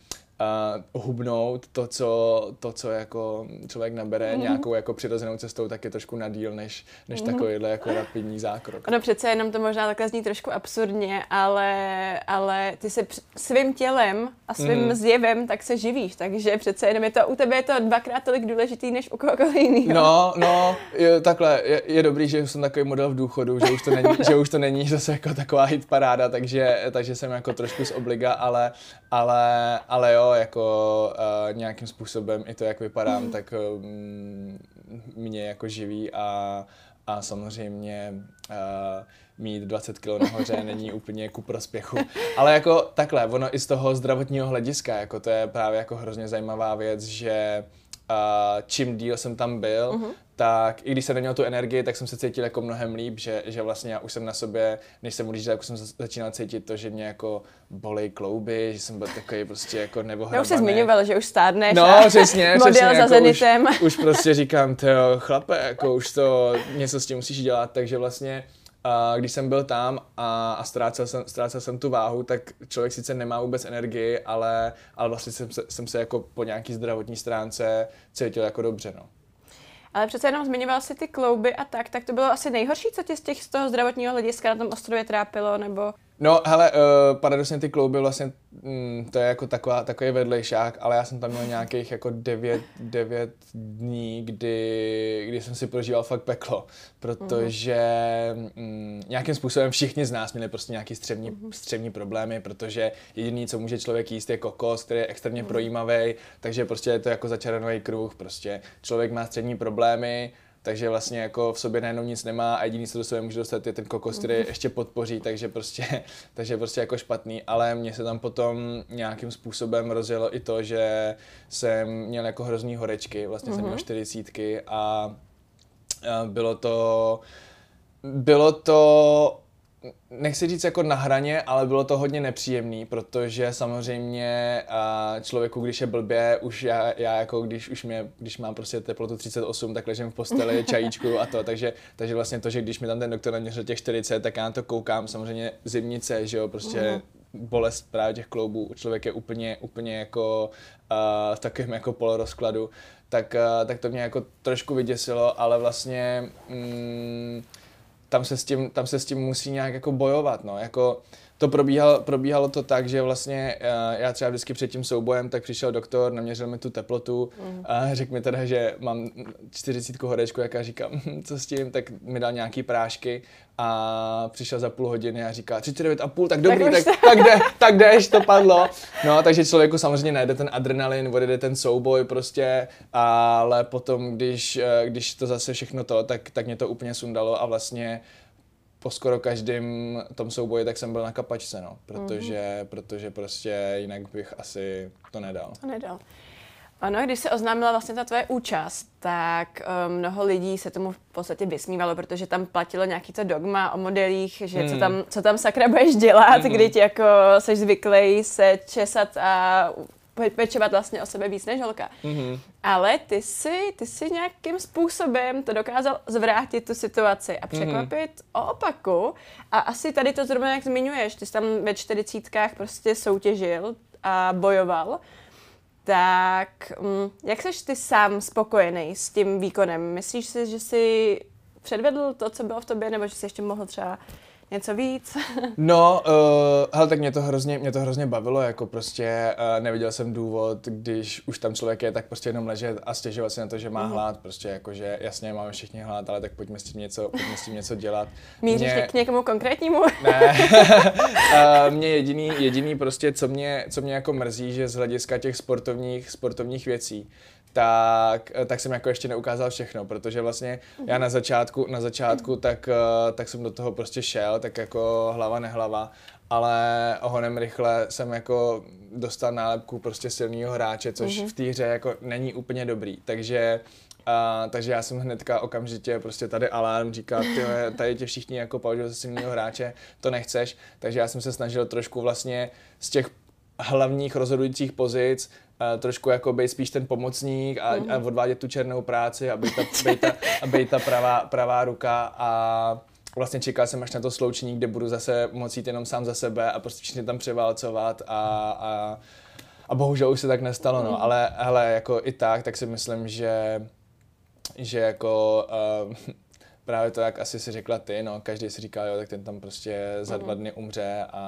Uh, hubnout to co, to, co jako člověk nabere mm. nějakou jako přirozenou cestou, tak je trošku na díl, než, než mm. takovýhle jako rapidní zákrok. Ono přece jenom to možná takhle zní trošku absurdně, ale, ale ty se svým tělem a svým mm. zjevem tak se živíš, takže přece jenom je to, u tebe je to dvakrát tolik důležitý, než u kohokoliv jiného. No, no, je, takhle, je, je dobrý, že jsem takový model v důchodu, že už to není, že už to není zase jako taková hitparáda, takže, takže jsem jako trošku z obliga, ale, ale, ale jo, jako uh, nějakým způsobem i to, jak vypadám, mm. tak um, mě jako živí a, a samozřejmě uh, mít dvacet kilo nahoře není úplně ku prospěchu. Ale jako takhle, ono i z toho zdravotního hlediska, jako to je právě jako hrozně zajímavá věc, že uh, čím díl jsem tam byl, mm-hmm. tak i když jsem neměl tu energii, tak jsem se cítil jako mnohem líp, že, že vlastně já už jsem na sobě, než jsem odjížděl, jako jsem začínal cítit to, že mě jako bolej klouby, že jsem byl takový prostě jako nevohrabaný. Já už jsi zmiňoval, že už stárneš. No, přesně, model přesně, za jako zenitem. Už, už prostě říkám, tyjo, chlape, jako už to, něco s tím musíš dělat, takže vlastně a když jsem byl tam a, a ztrácel, jsem, ztrácel jsem tu váhu, tak člověk sice nemá vůbec energii, ale, ale vlastně jsem se, jsem se jako po nějaký zdravotní stránce cítil jako dobře, no. Ale přece jenom zmiňoval si ty klouby a tak, tak to bylo asi nejhorší, co tě z těch z toho zdravotního hlediska na tom ostrově trápilo, nebo? No, hele, uh, paradoxně ty klouby vlastně, mm, to je jako taková, takový vedlejšák, ale já jsem tam měl nějakých jako devět, devět dní, kdy, kdy jsem si prožíval fakt peklo, protože mm, nějakým způsobem všichni z nás měli prostě nějaký střevní, mm. střevní problémy, protože jediný, co může člověk jíst, je kokos, který je extrémně mm. projímavý, takže prostě je to jako začarovaný kruh, prostě člověk má střevní problémy, takže vlastně jako v sobě najednou nic nemá a jediný, co do sebe může dostat, je ten kokos, který ještě podpoří, takže prostě, takže prostě jako špatný, ale mně se tam potom nějakým způsobem rozjelo i to, že jsem měl jako hrozný horečky, vlastně mm-hmm. jsem měl čtyřicítky a, a bylo to, bylo to, nechci říct jako na hraně, ale bylo to hodně nepříjemný, protože samozřejmě člověku, když je blbě, už já, já jako když už mě, když mám prostě teplotu třicet osm, tak ležím v posteli, čajíčku a to, takže, takže vlastně to, že když mi tam ten doktor naměřil těch čtyřicet, tak já na to koukám, samozřejmě zimnice, že jo, prostě uh-huh. bolest právě těch kloubů, člověk je úplně, úplně jako uh, v takovém jako polorozkladu, tak, uh, tak to mě jako trošku vyděsilo, ale vlastně mm, Tam se, s tím, tam se s tím musí nějak jako bojovat, no, jako to probíhalo, probíhalo to tak, že vlastně já třeba vždycky před tím soubojem, tak přišel doktor, naměřil mi tu teplotu mm. a řekl mi teda, že mám čtyřicítku horečku, jak já říkám, co s tím, tak mi dal nějaký prášky a přišel za půl hodiny a říká třicet devět a půl, tak dobrý, tak, tak, tak, jde, tak jdeš, to padlo. No, takže člověku samozřejmě najde ten adrenalin, odjede ten souboj prostě, ale potom, když, když to zase všechno to, tak, tak mě to úplně sundalo a vlastně po skoro každém tom souboji, tak jsem byl na kapačce, no, protože, mm-hmm. protože prostě jinak bych asi to nedal. To nedal. Ano, když se oznámila vlastně ta tvoje účast, tak um, mnoho lidí se tomu v podstatě vysmívalo, protože tam platilo nějaký to dogma o modelích, že hmm. co, tam, co tam sakra budeš dělat, hmm. kdy ti jako seš zvyklý se česat a pečovat vlastně o sebe víc než holka. Mm-hmm. Ale ty si, ty si nějakým způsobem to dokázal zvrátit tu situaci a překvapit mm-hmm. o opaku. A asi tady to zrovna jak zmiňuješ, ty jsi tam ve čtyřicítkách prostě soutěžil a bojoval. Tak jak seš ty sám spokojený s tím výkonem? Myslíš si, že jsi předvedl to, co bylo v tobě, nebo že jsi ještě mohl třeba něco víc? No, uh, hele, tak mě to hrozně, mě to hrozně bavilo, jako prostě uh, neviděl jsem důvod, když už tam člověk je, tak prostě jenom ležet a stěžovat si na to, že má mm. hlad, prostě jakože jasně máme všichni hlad, ale tak pojďme s tím něco, pojďme s tím něco dělat. Míříš mě... k někomu konkrétnímu? Ne, uh, mě jediný, jediný prostě, co mě, co mě jako mrzí, že z hlediska těch sportovních, sportovních věcí, tak, tak jsem jako ještě neukázal všechno, protože vlastně já na začátku, na začátku tak, tak jsem do toho prostě šel, tak jako hlava nehlava, ale honem rychle jsem jako dostal nálepku prostě silného hráče, což mm-hmm. v té hře jako není úplně dobrý, takže Uh, takže já jsem hnedka okamžitě prostě tady alarm říkal, tyhle, tady tě všichni jako považují za silného hráče, to nechceš, takže já jsem se snažil trošku vlastně z těch hlavních rozhodujících pozic uh, trošku jako být spíš ten pomocník a, mm. a odvádět tu černou práci a být ta, být ta, a být ta pravá, pravá ruka a vlastně čekal jsem až na to sloučení, kde budu zase moci jít jenom sám za sebe a prostě všichni tam převálcovat a, a, a bohužel už se tak nestalo, mm. no, ale hele, jako i tak, tak si myslím, že že jako uh, právě to, jak asi si řekla ty, no, každý si říkal, jo, tak ten tam prostě za dva dny umře a...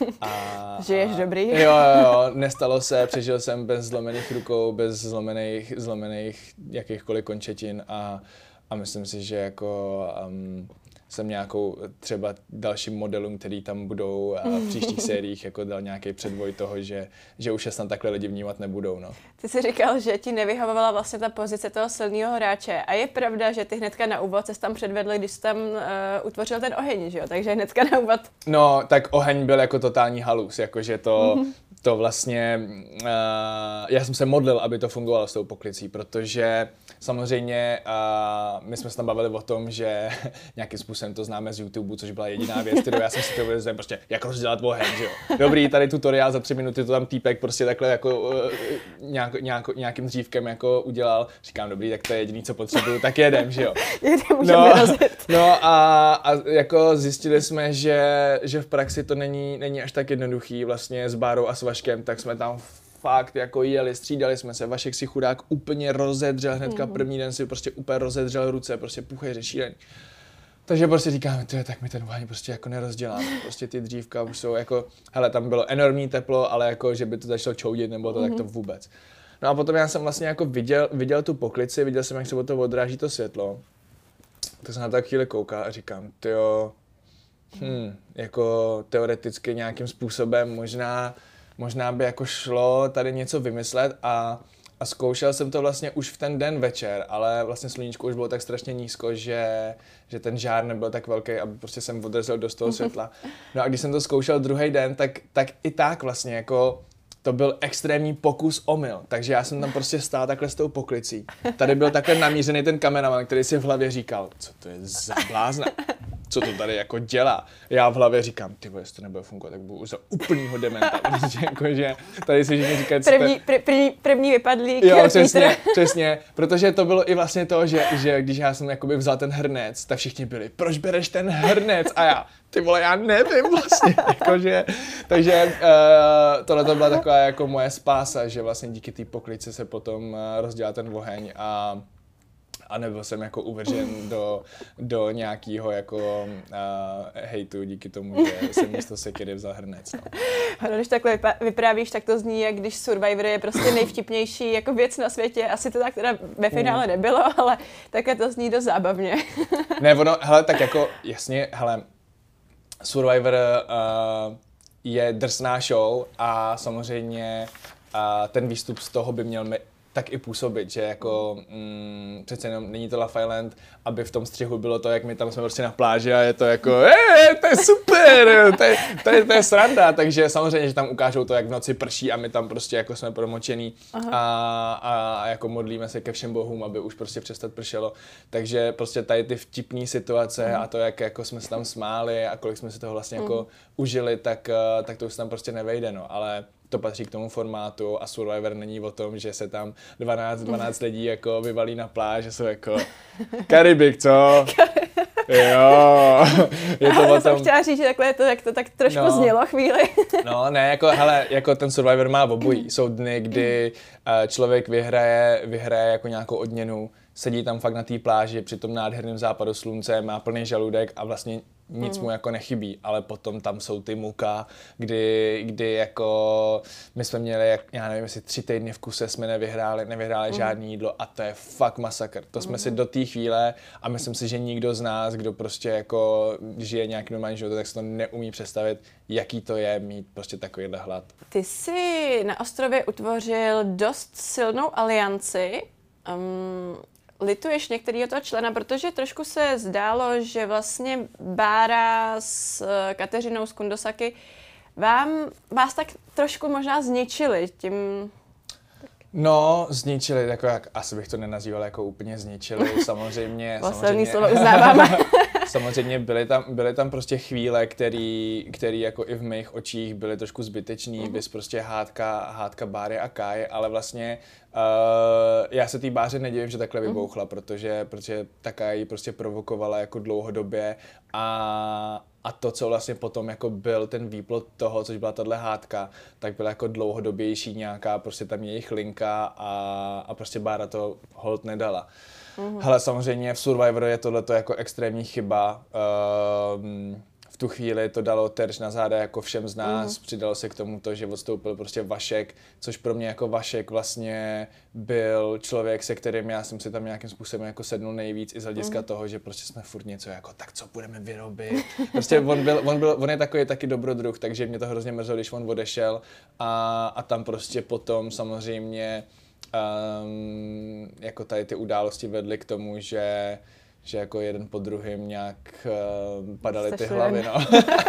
a Žiješ a, dobrý. Jo, jo, jo, nestalo se, přežil jsem bez zlomených rukou, bez zlomených, zlomených jakýchkoliv končetin a, a myslím si, že jako um, jsem nějakou třeba dalším modelům, který tam budou a v příštích sériích jako dal nějaký předvoj toho, že, že už se snad takhle lidi vnímat nebudou, no. Ty jsi říkal, že ti nevyhovovala vlastně ta pozice toho silného hráče a je pravda, že ty hnedka na úvod ses tam předvedl, když jsi tam uh, utvořil ten oheň, že jo, takže hnedka na úvod. No, tak oheň byl jako totální halus, jakože to, mm-hmm. to vlastně, uh, já jsem se modlil, aby to fungovalo s tou poklicí, protože samozřejmě uh, my jsme se tam bavili o tom, že nějakým způsobem to známe z YouTube, což byla jediná věc, kterou já jsem si to vyzvěděl, prostě jak rozdělat oheň, že jo. Dobrý, tady tutoriál za tři minuty, to tam týpek prostě takhle jako uh, nějak, nějak, nějakým dřívkem jako udělal. Říkám, dobrý, tak to je jediný, co potřebuju, tak jedem, že jo. No, no a, a jako zjistili jsme, že, že v praxi to není, není až tak jednoduchý vlastně s Bárou a s Vaškem, tak jsme tam fakt jako jeli, střídali jsme se, Vašek si chudák úplně rozedřel, hnedka první den si prostě úplně rozedřel ruce, prostě puchej, šílený. Takže prostě říkáme, tyjo, tak my ten oheň prostě jako nerozděláme. Prostě ty dřívka už jsou jako, hele, tam bylo enormní teplo, ale jako, že by to začalo čoudit nebo to, mm-hmm. tak to vůbec. No a potom já jsem vlastně jako viděl, viděl tu poklici, viděl jsem, jak se od toho odráží to světlo. Tak jsem na to chvíli koukal a říkám, tyjo, hm, jako teoreticky nějakým způsobem možná, možná by jako šlo tady něco vymyslet a A zkoušel jsem to vlastně už v ten den večer, ale vlastně sluníčko už bylo tak strašně nízko, že, že ten žár nebyl tak velký, aby prostě jsem odrazil dost toho světla. No a když jsem to zkoušel druhý den, tak, tak i tak vlastně jako to byl extrémní pokus omyl. Takže já jsem tam prostě stál takhle s tou poklicí. Tady byl takhle namířený ten kameraman, který si v hlavě říkal, co to je za blázna, co to tady jako dělá. Já v hlavě říkám, ty vole, jestli to nebude fungovat, tak budu za úplnýho dementa. Jakože tady si všichni říkají, co první, pr- první, první vypadlík. Jo, přesně, přesně, protože to bylo i vlastně to, že, že když já jsem jakoby vzal ten hrnec, tak všichni byli, proč bereš ten hrnec? A já, ty vole, já nevím vlastně, jakože, takže uh, tohle to byla taková jako moje spása, že vlastně díky té poklici se potom uh, rozdělal ten oheň a a nebyl jsem jako uvržen do, do nějakého jako uh, hejtu díky tomu, že jsem místo sekiry vzal hrnec. No. Ano, když takhle vypa- vyprávíš, tak to zní, jak když Survivor je prostě nejvtipnější jako věc na světě. Asi to tak teda ve finále nebylo, ale takhle to zní dost zábavně. Ne, ono, hele, tak jako jasně, hele, Survivor uh, je drsná show a samozřejmě uh, ten výstup z toho by měl mi- tak i působit, že jako mm, přece jenom není to Love Island, aby v tom střihu bylo to, jak my tam jsme prostě na pláži a je to jako eee, to je super, to je, to je, to je sranda, takže samozřejmě, že tam ukážou to, jak v noci prší a my tam prostě jako jsme promočený a, a jako modlíme se ke všem bohům, aby už prostě přestat pršelo, takže prostě tady ty vtipný situace Aha. a to, jak jako jsme se tam smáli a kolik jsme si toho vlastně jako užili, tak, tak to už tam prostě nevejde, no, ale to patří k tomu formátu a Survivor není o tom, že se tam dvanáct dvanáct lidí jako vyvalí na pláž, že jsou jako Karibik, co? Jo. Je to já o tom... jsem chtěla říct, že takhle je to, jak to tak trošku no. znělo chvíli. No, ne, jako, hele, jako ten Survivor má obojí. Jsou dny, kdy uh, člověk vyhraje, vyhraje jako nějakou odměnu, sedí tam fakt na té pláži při tom nádherném západu slunce, má plný žaludek a vlastně nic mm. mu jako nechybí, ale potom tam jsou ty muka, kdy, kdy jako my jsme měli, jak, já nevím, jestli tři týdny v kuse jsme nevyhráli, nevyhráli mm. žádné jídlo a to je fakt masakr. To jsme mm. si do té chvíle a myslím si, že nikdo z nás, kdo prostě jako žije nějaký normální život, tak se to neumí představit, jaký to je mít prostě takovýhle hlad. Ty jsi na ostrově utvořil dost silnou alianci. Um, lituješ některého toho člena, protože trošku se zdálo, že vlastně Bára s Kateřinou z Kundosaki vám, vás tak trošku možná zničili tím... No, zničili, jako jak, asi bych to nenazýval jako úplně zničili, samozřejmě. samozřejmě slovo uznáváme. Samozřejmě byly tam, byly tam prostě chvíle, který, který jako i v mých očích byly trošku zbytečný, mm-hmm. bys prostě hádka, hádka Báry a Káje, ale vlastně uh, já se té Báře nedivím, že takhle vybouchla, mm-hmm. protože, protože ta Kája ji prostě provokovala jako dlouhodobě a A to, co vlastně potom jako byl ten výplod toho, což byla tahle hádka, tak byla jako dlouhodobější nějaká prostě tam jejich linka a, a prostě Bára to hold nedala. Mm-hmm. Hele, samozřejmě v Survivoru je tohleto jako extrémní chyba. Um, v tu chvíli to dalo terč na záda jako všem z nás, mm-hmm. přidalo se k tomu to, že odstoupil prostě Vašek, což pro mě jako Vašek vlastně byl člověk, se kterým já jsem si tam nějakým způsobem jako sednul nejvíc i z hlediska mm-hmm. toho, že prostě jsme furt něco jako tak co budeme vyrobit. Prostě on byl, on byl, on je takový taky dobrodruh, takže mě to hrozně mrzelo, když on odešel a, a tam prostě potom samozřejmě um, jako tady ty události vedly k tomu, že že jako jeden po druhým nějak uh, padaly ty hlavy, no.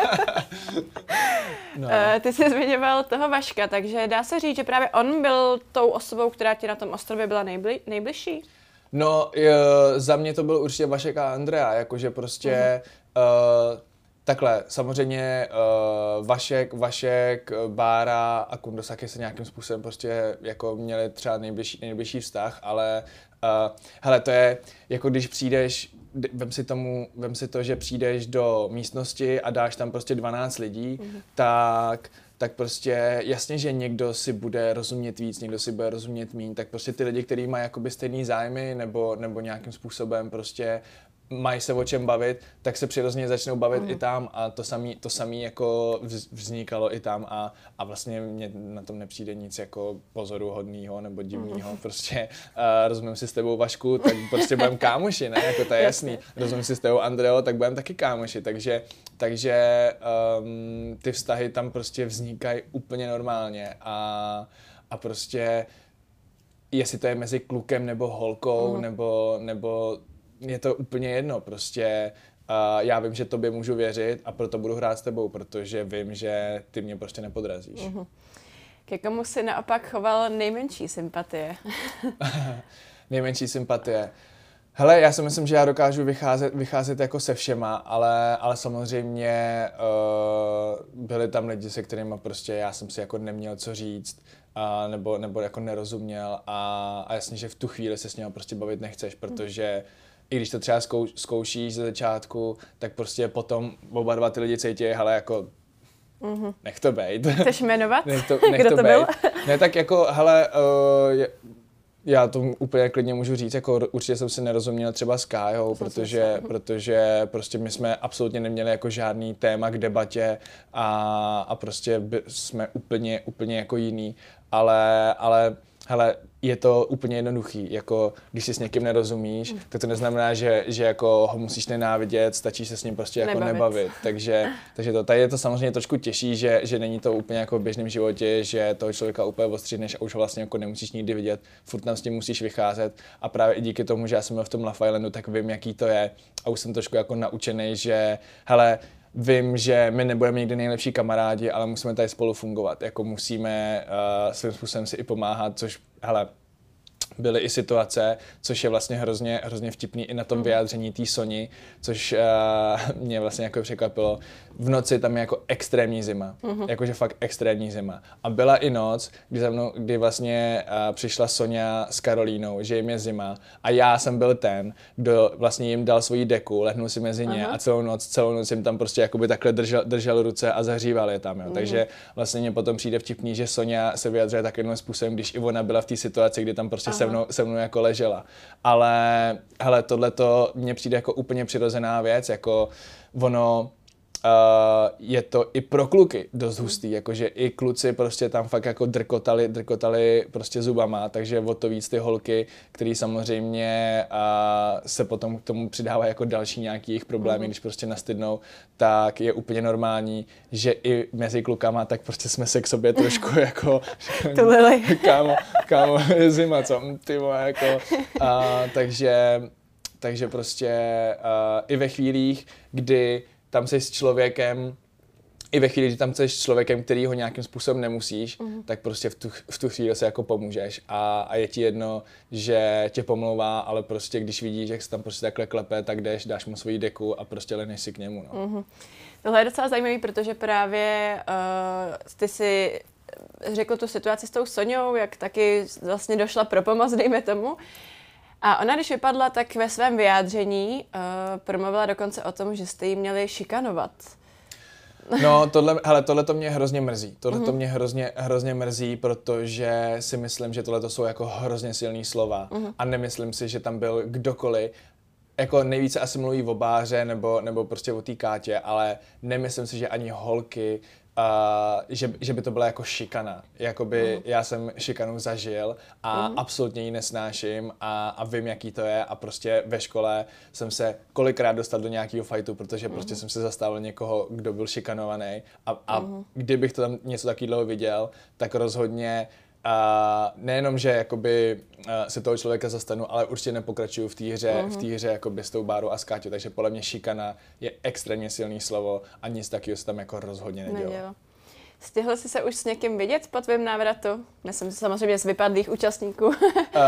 no. Uh, ty jsi zmiňoval toho Vaška, takže dá se říct, že právě on byl tou osobou, která ti na tom ostrově byla nejbli- nejbližší? No, uh, za mě to byl určitě Vašek a Andrea, jakože prostě uh-huh. uh, takhle, samozřejmě uh, Vašek, Vašek, Bára a Kundosaki se nějakým způsobem prostě jako měli třeba nejbližší, nejbližší vztah, ale uh, hele, to je jako když přijdeš, vem si tomu, vem si to, že přijdeš do místnosti a dáš tam prostě dvanáct lidí, mm-hmm. tak tak prostě jasně, že někdo si bude rozumět víc, někdo si bude rozumět míň, tak prostě ty lidi, kteří mají jakoby stejný zájmy nebo, nebo nějakým způsobem prostě mají se o čem bavit, tak se přirozeně začnou bavit mm. i tam a to samý, to samý jako vznikalo i tam a, a vlastně mně na tom nepřijde nic jako pozoruhodného nebo divného, mm. prostě uh, rozumím si s tebou Vašku, tak prostě budeme kámoši, ne, jako to je jasný, rozumím si s tebou Andreo, tak budeme taky kámoši, takže, takže um, ty vztahy tam prostě vznikají úplně normálně a, a prostě jestli to je mezi klukem nebo holkou, mm. nebo, nebo je to úplně jedno, prostě uh, já vím, že tobě můžu věřit a proto budu hrát s tebou, protože vím, že ty mě prostě nepodrazíš. Mm-hmm. Ke komu si naopak choval nejmenší sympatie? Nejmenší sympatie. Hele, já si myslím, že já dokážu vycházet, vycházet jako se všema, ale, ale samozřejmě uh, byli tam lidi, se kterými prostě já jsem si jako neměl co říct, a nebo, nebo jako nerozuměl a, a jasně, že v tu chvíli se s ním prostě bavit nechceš, protože i když to třeba zkou, zkoušíš ze začátku, tak prostě potom oba dva ty lidi cítí, hele, jako mm-hmm. nech to bejt. Chceš jmenovat? nech to, nech Kdo to, to bejt. byl? Ne, tak jako, hele, uh, je, já to úplně klidně můžu říct, jako určitě jsem si nerozuměl třeba s Kájou, protože, protože prostě my jsme absolutně neměli jako žádný téma k debatě a, a prostě by, jsme úplně, úplně jako jiný, ale, ale hele, je to úplně jednoduchý, jako když si s někým nerozumíš, mm. tak to neznamená, že, že jako ho musíš nenávidět, stačí se s ním prostě jako nebavit. nebavit. Takže, takže to, tady je to samozřejmě trošku těžší, že, že není to úplně jako v běžném životě, že toho člověka úplně ostříhneš a už ho vlastně jako nemusíš nikdy vidět, furt tam s tím musíš vycházet a právě i díky tomu, že já jsem byl v tom Love Islandu, tak vím, jaký to je a už jsem trošku jako naučený, že hele, vím, že my nebudeme nikdy nejlepší kamarádi, ale musíme tady spolu fungovat. Jako musíme uh, svým způsobem si i pomáhat, což, hele, byly i situace, což je vlastně hrozně, hrozně vtipný i na tom vyjádření té Soni, což uh, mě vlastně jako překvapilo. V noci tam je jako extrémní zima, mm-hmm. jakože fakt extrémní zima. A byla i noc, kdy, za mnou, kdy vlastně uh, přišla Sonja s Karolínou, že jim je zima a já jsem byl ten, kdo vlastně jim dal svoji deku, lehnul si mezi ně uh-huh. a celou noc, celou noc jim tam prostě jakoby takhle držel, držel ruce a zahříval je tam. Jo. Mm-hmm. Takže vlastně mě potom přijde vtipný, že Sonja se vyjadřuje takovým způsobem, když i ona byla v té situaci, kdy tam prostě se mnou, se mnou jako ležela. Ale hele, tohleto mně přijde jako úplně přirozená věc, jako ono Uh, je to i pro kluky dost hustý, jakože i kluci prostě tam fakt jako drkotali, drkotali prostě zubama, takže o to víc ty holky, který samozřejmě uh, se potom k tomu přidávají jako další nějaký jejich problémy, mm-hmm. když prostě nastydnou, tak je úplně normální, že i mezi klukama tak prostě jsme se k sobě trošku jako kámo, kámo, je zima, co? Ty vole, jako, uh, takže, takže prostě uh, i ve chvílích, kdy tam jsi s člověkem, i ve chvíli, kdy tam jsi s člověkem, který ho nějakým způsobem nemusíš, mm. tak prostě v tu, v tu chvíli se jako pomůžeš a, a je ti jedno, že tě pomlouvá, ale prostě když vidíš, jak se tam prostě takhle klepe, tak jdeš, dáš mu svoji deku a prostě lehneš si k němu. No. Mm-hmm. Tohle je docela zajímavý, protože právě uh, ty si řekl tu situaci s tou Soňou, jak taky vlastně došla pro pomoc, dejme tomu. A ona, když vypadla, tak ve svém vyjádření uh, promluvila dokonce o tom, že jste jí měli šikanovat. No, tohle, hele, tohle to mě hrozně mrzí. Tohle to mm-hmm. mě hrozně, hrozně mrzí, protože si myslím, že tohle to jsou jako hrozně silný slova. Mm-hmm. A nemyslím si, že tam byl kdokoliv. Jako nejvíce asi mluví o Báře nebo, nebo prostě o té Kátě, ale nemyslím si, že ani holky, Uh, že, že by to byla jako šikana. Jakoby uh-huh. já jsem šikanu zažil a uh-huh. absolutně ji nesnáším a, a vím, jaký to je a prostě ve škole jsem se kolikrát dostal do nějakého fajtu, protože uh-huh. prostě jsem se zastával někoho, kdo byl šikanovaný a, a uh-huh. kdybych to tam něco takového viděl, tak rozhodně a nejenom, že jakoby uh, se toho člověka zastanu, ale určitě nepokračuju v té hře, uh-huh. v té hře jakoby s tou Bárou a s Káťou, takže podle mě šikana je extrémně silný slovo a nic takového se tam jako rozhodně nedělo. nedělo. Stihl jsi se už s někým vidět po tvém návratu? Myslím samozřejmě z vypadlých účastníků. uh...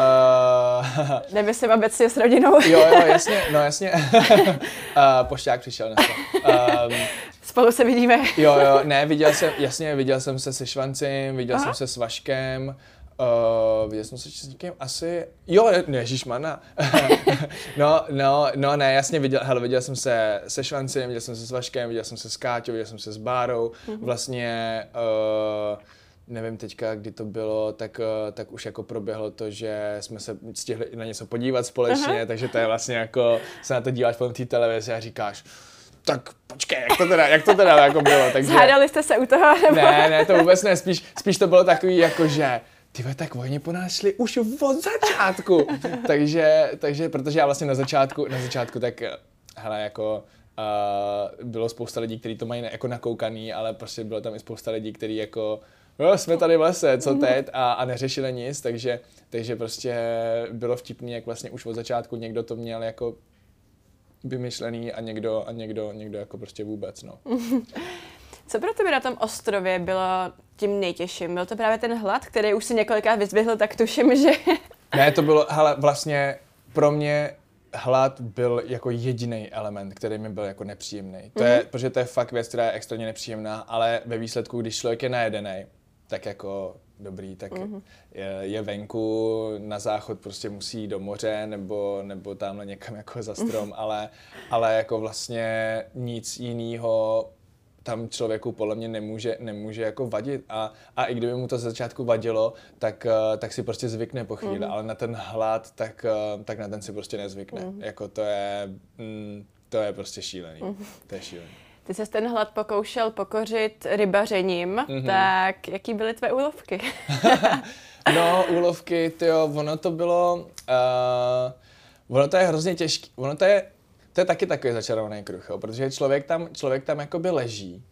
Nemyslím obecně s rodinou. jo, jo, jasně, no jasně. uh, pošťák přišel dneska. Um, Spolu se vidíme. jo, jo, ne, viděl jsem, jasně, viděl jsem se se Švancem, viděl Aha. jsem se s Vaškem, uh, viděl jsem se s někým asi, jo, ježišmana. no, no, no, ne, jasně, viděl, hele, viděl jsem se se Švancem, viděl jsem se s Vaškem, viděl jsem se s Káťou, viděl jsem se s Bárou, mm-hmm. vlastně, uh, nevím teďka, kdy to bylo, tak, tak už jako proběhlo to, že jsme se stihli na něco podívat společně, aha, takže to je vlastně jako, se na to díváš po té televizi a říkáš, tak počkej, jak to teda, jak to teda jako bylo. Takže... Zhádali jste se u toho? Nebo... Ne, ne, to vůbec ne, spíš, spíš to bylo takový jako, že tyhle, tak oni po nás šli už od začátku. takže, takže, protože já vlastně na začátku, na začátku tak, hele, jako uh, bylo spousta lidí, kteří to mají jako nakoukaný, ale prostě bylo tam i spousta lidí, kteří jako jo, jsme tady v lese, co teď, a, a neřešili nic, takže, takže prostě bylo vtipný, jak vlastně už od začátku někdo to měl jako vymyšlený a někdo, a někdo, někdo jako prostě vůbec, no. Co pro tebe na tom ostrově bylo tím nejtěžším? Byl to právě ten hlad, který už si několikrát vyzvihl, tak tuším, že... Ne, to bylo, hele, vlastně pro mě hlad byl jako jediný element, který mi byl jako nepříjemný. To mm-hmm. je, protože to je fakt věc, která je extrémně nepříjemná, ale ve výsledku, když člověk je najedený, tak jako dobrý, tak mm-hmm. je, je venku, na záchod prostě musí jít do moře nebo, nebo tamhle někam jako za strom, mm-hmm. ale, ale jako vlastně nic jiného tam člověku podle mě nemůže, nemůže jako vadit a, a i kdyby mu to ze začátku vadilo, tak, tak si prostě zvykne po chvíli, mm. ale na ten hlad, tak, tak na ten si prostě nezvykne. Mm. Jako to je, mm, to je prostě šílený. Mm. To je šílený. Ty ses ten hlad pokoušel pokořit rybařením, mm-hmm. tak jaký byly tvé úlovky? No, úlovky, tyjo, ono to bylo, uh, ono to je hrozně těžké, ono to je, To je taky takový začarovaný kruh, jo, protože člověk tam, člověk tam jakoby leží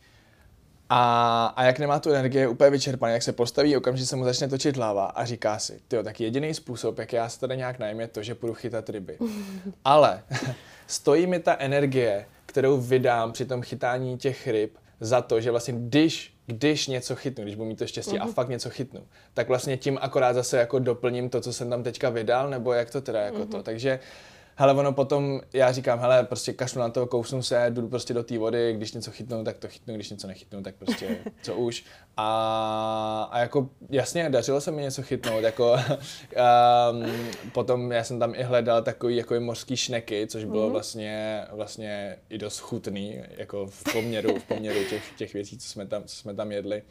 a, a jak nemá tu energii, je úplně vyčerpaný, jak se postaví, okamžitě se mu začne točit hlava a říká si, tyjo, tak jediný způsob, jak já se tady nějak najím, je to, že půjdu chytat ryby. Ale stojí mi ta energie, kterou vydám při tom chytání těch ryb, za to, že vlastně když, když něco chytnu, když budu mít to štěstí uh-huh. a fakt něco chytnu, tak vlastně tím akorát zase jako doplním to, co jsem tam teďka vydal, nebo jak to teda jako uh-huh. to. Takže hele, ono potom, já říkám, hele, prostě kašlu na to, kousnu se, jdu prostě do té vody, když něco chytnu, tak to chytnu, když něco nechytnu, tak prostě co už. A, a jako jasně, dařilo se mi něco chytnout, jako um, potom já jsem tam i hledal takový jako mořský šneky, což bylo mm. vlastně, vlastně i dost chutný, jako v poměru, v poměru těch, těch věcí, co jsme tam, co jsme tam jedli.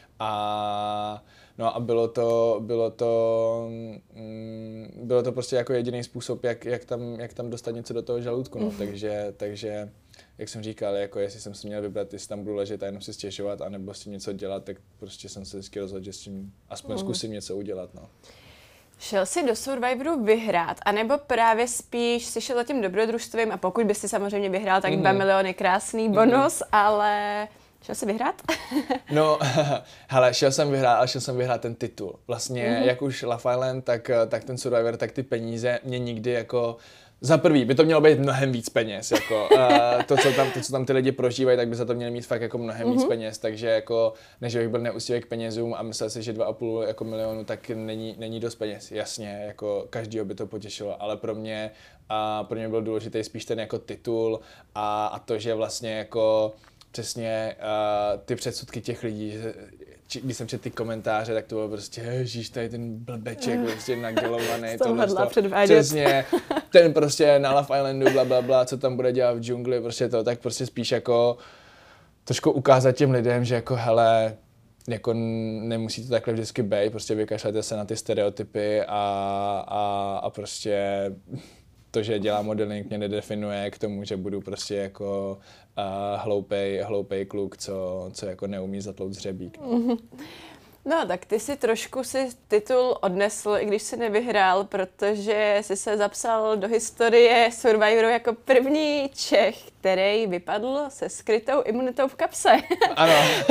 A no a bylo to, bylo to, mm, bylo to prostě jako jediný způsob, jak, jak, tam, jak tam dostat něco do toho žaludku, no. takže, takže, jak jsem říkal, jako jestli jsem si měl vybrat, jestli tam budu ležet a jenom si stěžovat, anebo s tím něco dělat, tak prostě jsem se vždycky rozhodl, že s tím aspoň zkusím něco udělat, no. Šel jsi do Survivoru vyhrát, anebo právě spíš si šel za tím dobrodružstvím a pokud bys si samozřejmě vyhrál, tak mm-hmm. dva miliony krásný bonus, mm-hmm. ale... Šel jsi vyhrát? No, hele, šel jsem vyhrát, ale šel jsem vyhrát ten titul. Vlastně, mm-hmm. jak už Love Island, tak, tak ten Survivor, tak ty peníze mě nikdy jako... Za prvý, by to mělo být mnohem víc peněz, jako uh, to, co tam, to, co tam ty lidi prožívají, tak by za to měli mít fakt jako mnohem mm-hmm. víc peněz, takže jako, než bych byl neúctivý k penězům a myslel si, že dva a půl jako milionu, tak není, není dost peněz, jasně, jako každýho by to potěšilo, ale pro mě, uh, pro mě byl důležitý spíš ten jako titul a, a to, že vlastně jako přesně uh, ty předsudky těch lidí, že, či, když jsem četl ty komentáře, tak to bylo prostě, ježíš, tady ten blbeček, prostě nagelovaný, tohle to, přesně, ten prostě na Love Islandu, bla, bla, bla, co tam bude dělat v džungli, prostě to, tak prostě spíš jako trošku ukázat těm lidem, že jako hele, jako nemusí to takhle vždycky být, prostě vykašlete se na ty stereotypy a, a, a prostě to, že dělám modeling, mě nedefinuje k tomu, že budu prostě jako uh, hloupej, hloupej kluk, co, co jako neumí zatlout zřebík. No. No, tak ty si trošku si titul odnesl, i když si nevyhrál, protože jsi se zapsal do historie Survivoru jako první Čech, který vypadl se skrytou imunitou v kapse. Ano.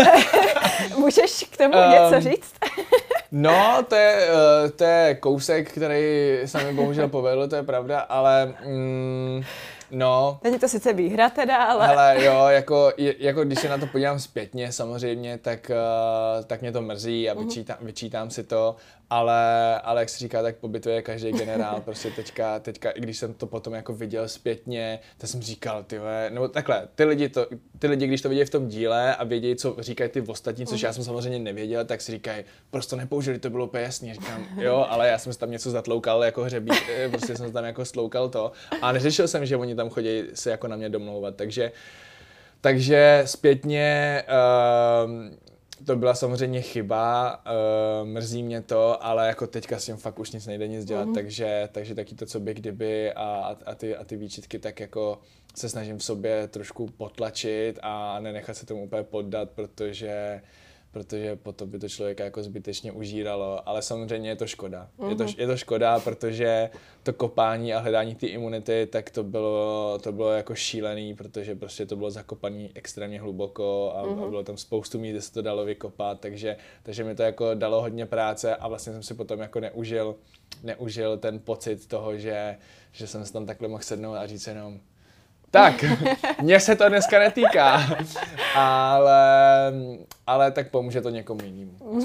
Můžeš k tomu um, něco říct? No, to je, to je kousek, který se mi bohužel povedl, to je pravda, ale... Mm, no. Není to sice výhra teda, ale... Hele, jo, jako, jako když se na to podívám zpětně samozřejmě, tak, tak mě to mrzí a vyčítám, vyčítám si to, ale, ale jak se říká, tak po bitvě je každý generál, prostě teďka, teďka, i když jsem to potom jako viděl zpětně, tak jsem říkal, tyhle, nebo takhle, ty lidi, to, ty lidi, když to vidí v tom díle a vědí, co říkají ty ostatní, což já jsem samozřejmě nevěděl, tak si říkají, prostě to nepoužili, to bylo úplně jasný, říkám, jo, ale já jsem si tam něco zatloukal jako hřebík, prostě jsem tam jako stloukal to a neřešil jsem, že oni tam chodí se jako na mě domlouvat, takže, takže zpětně, uh, to byla samozřejmě chyba, uh, mrzí mě to, ale jako teďka s tím fakt už nic nejde nic dělat, mm. takže, takže taky to, co by kdyby a, a, ty, a ty výčitky tak jako se snažím v sobě trošku potlačit a nenechat se tomu úplně poddat, protože protože potom by to člověka jako zbytečně užíralo, ale samozřejmě je to škoda. Mm-hmm. Je to, je to škoda, protože to kopání a hledání té imunity, tak to bylo, to bylo jako šílený, protože prostě to bylo zakopaný extrémně hluboko a, mm-hmm. a bylo tam spoustu míst, kde se to dalo vykopat, takže, takže mi to jako dalo hodně práce a vlastně jsem si potom jako neužil, neužil ten pocit toho, že, že jsem se tam takhle mohl sednout a říct jenom tak, mně se to dneska netýká, ale, ale tak pomůže to někomu jinému.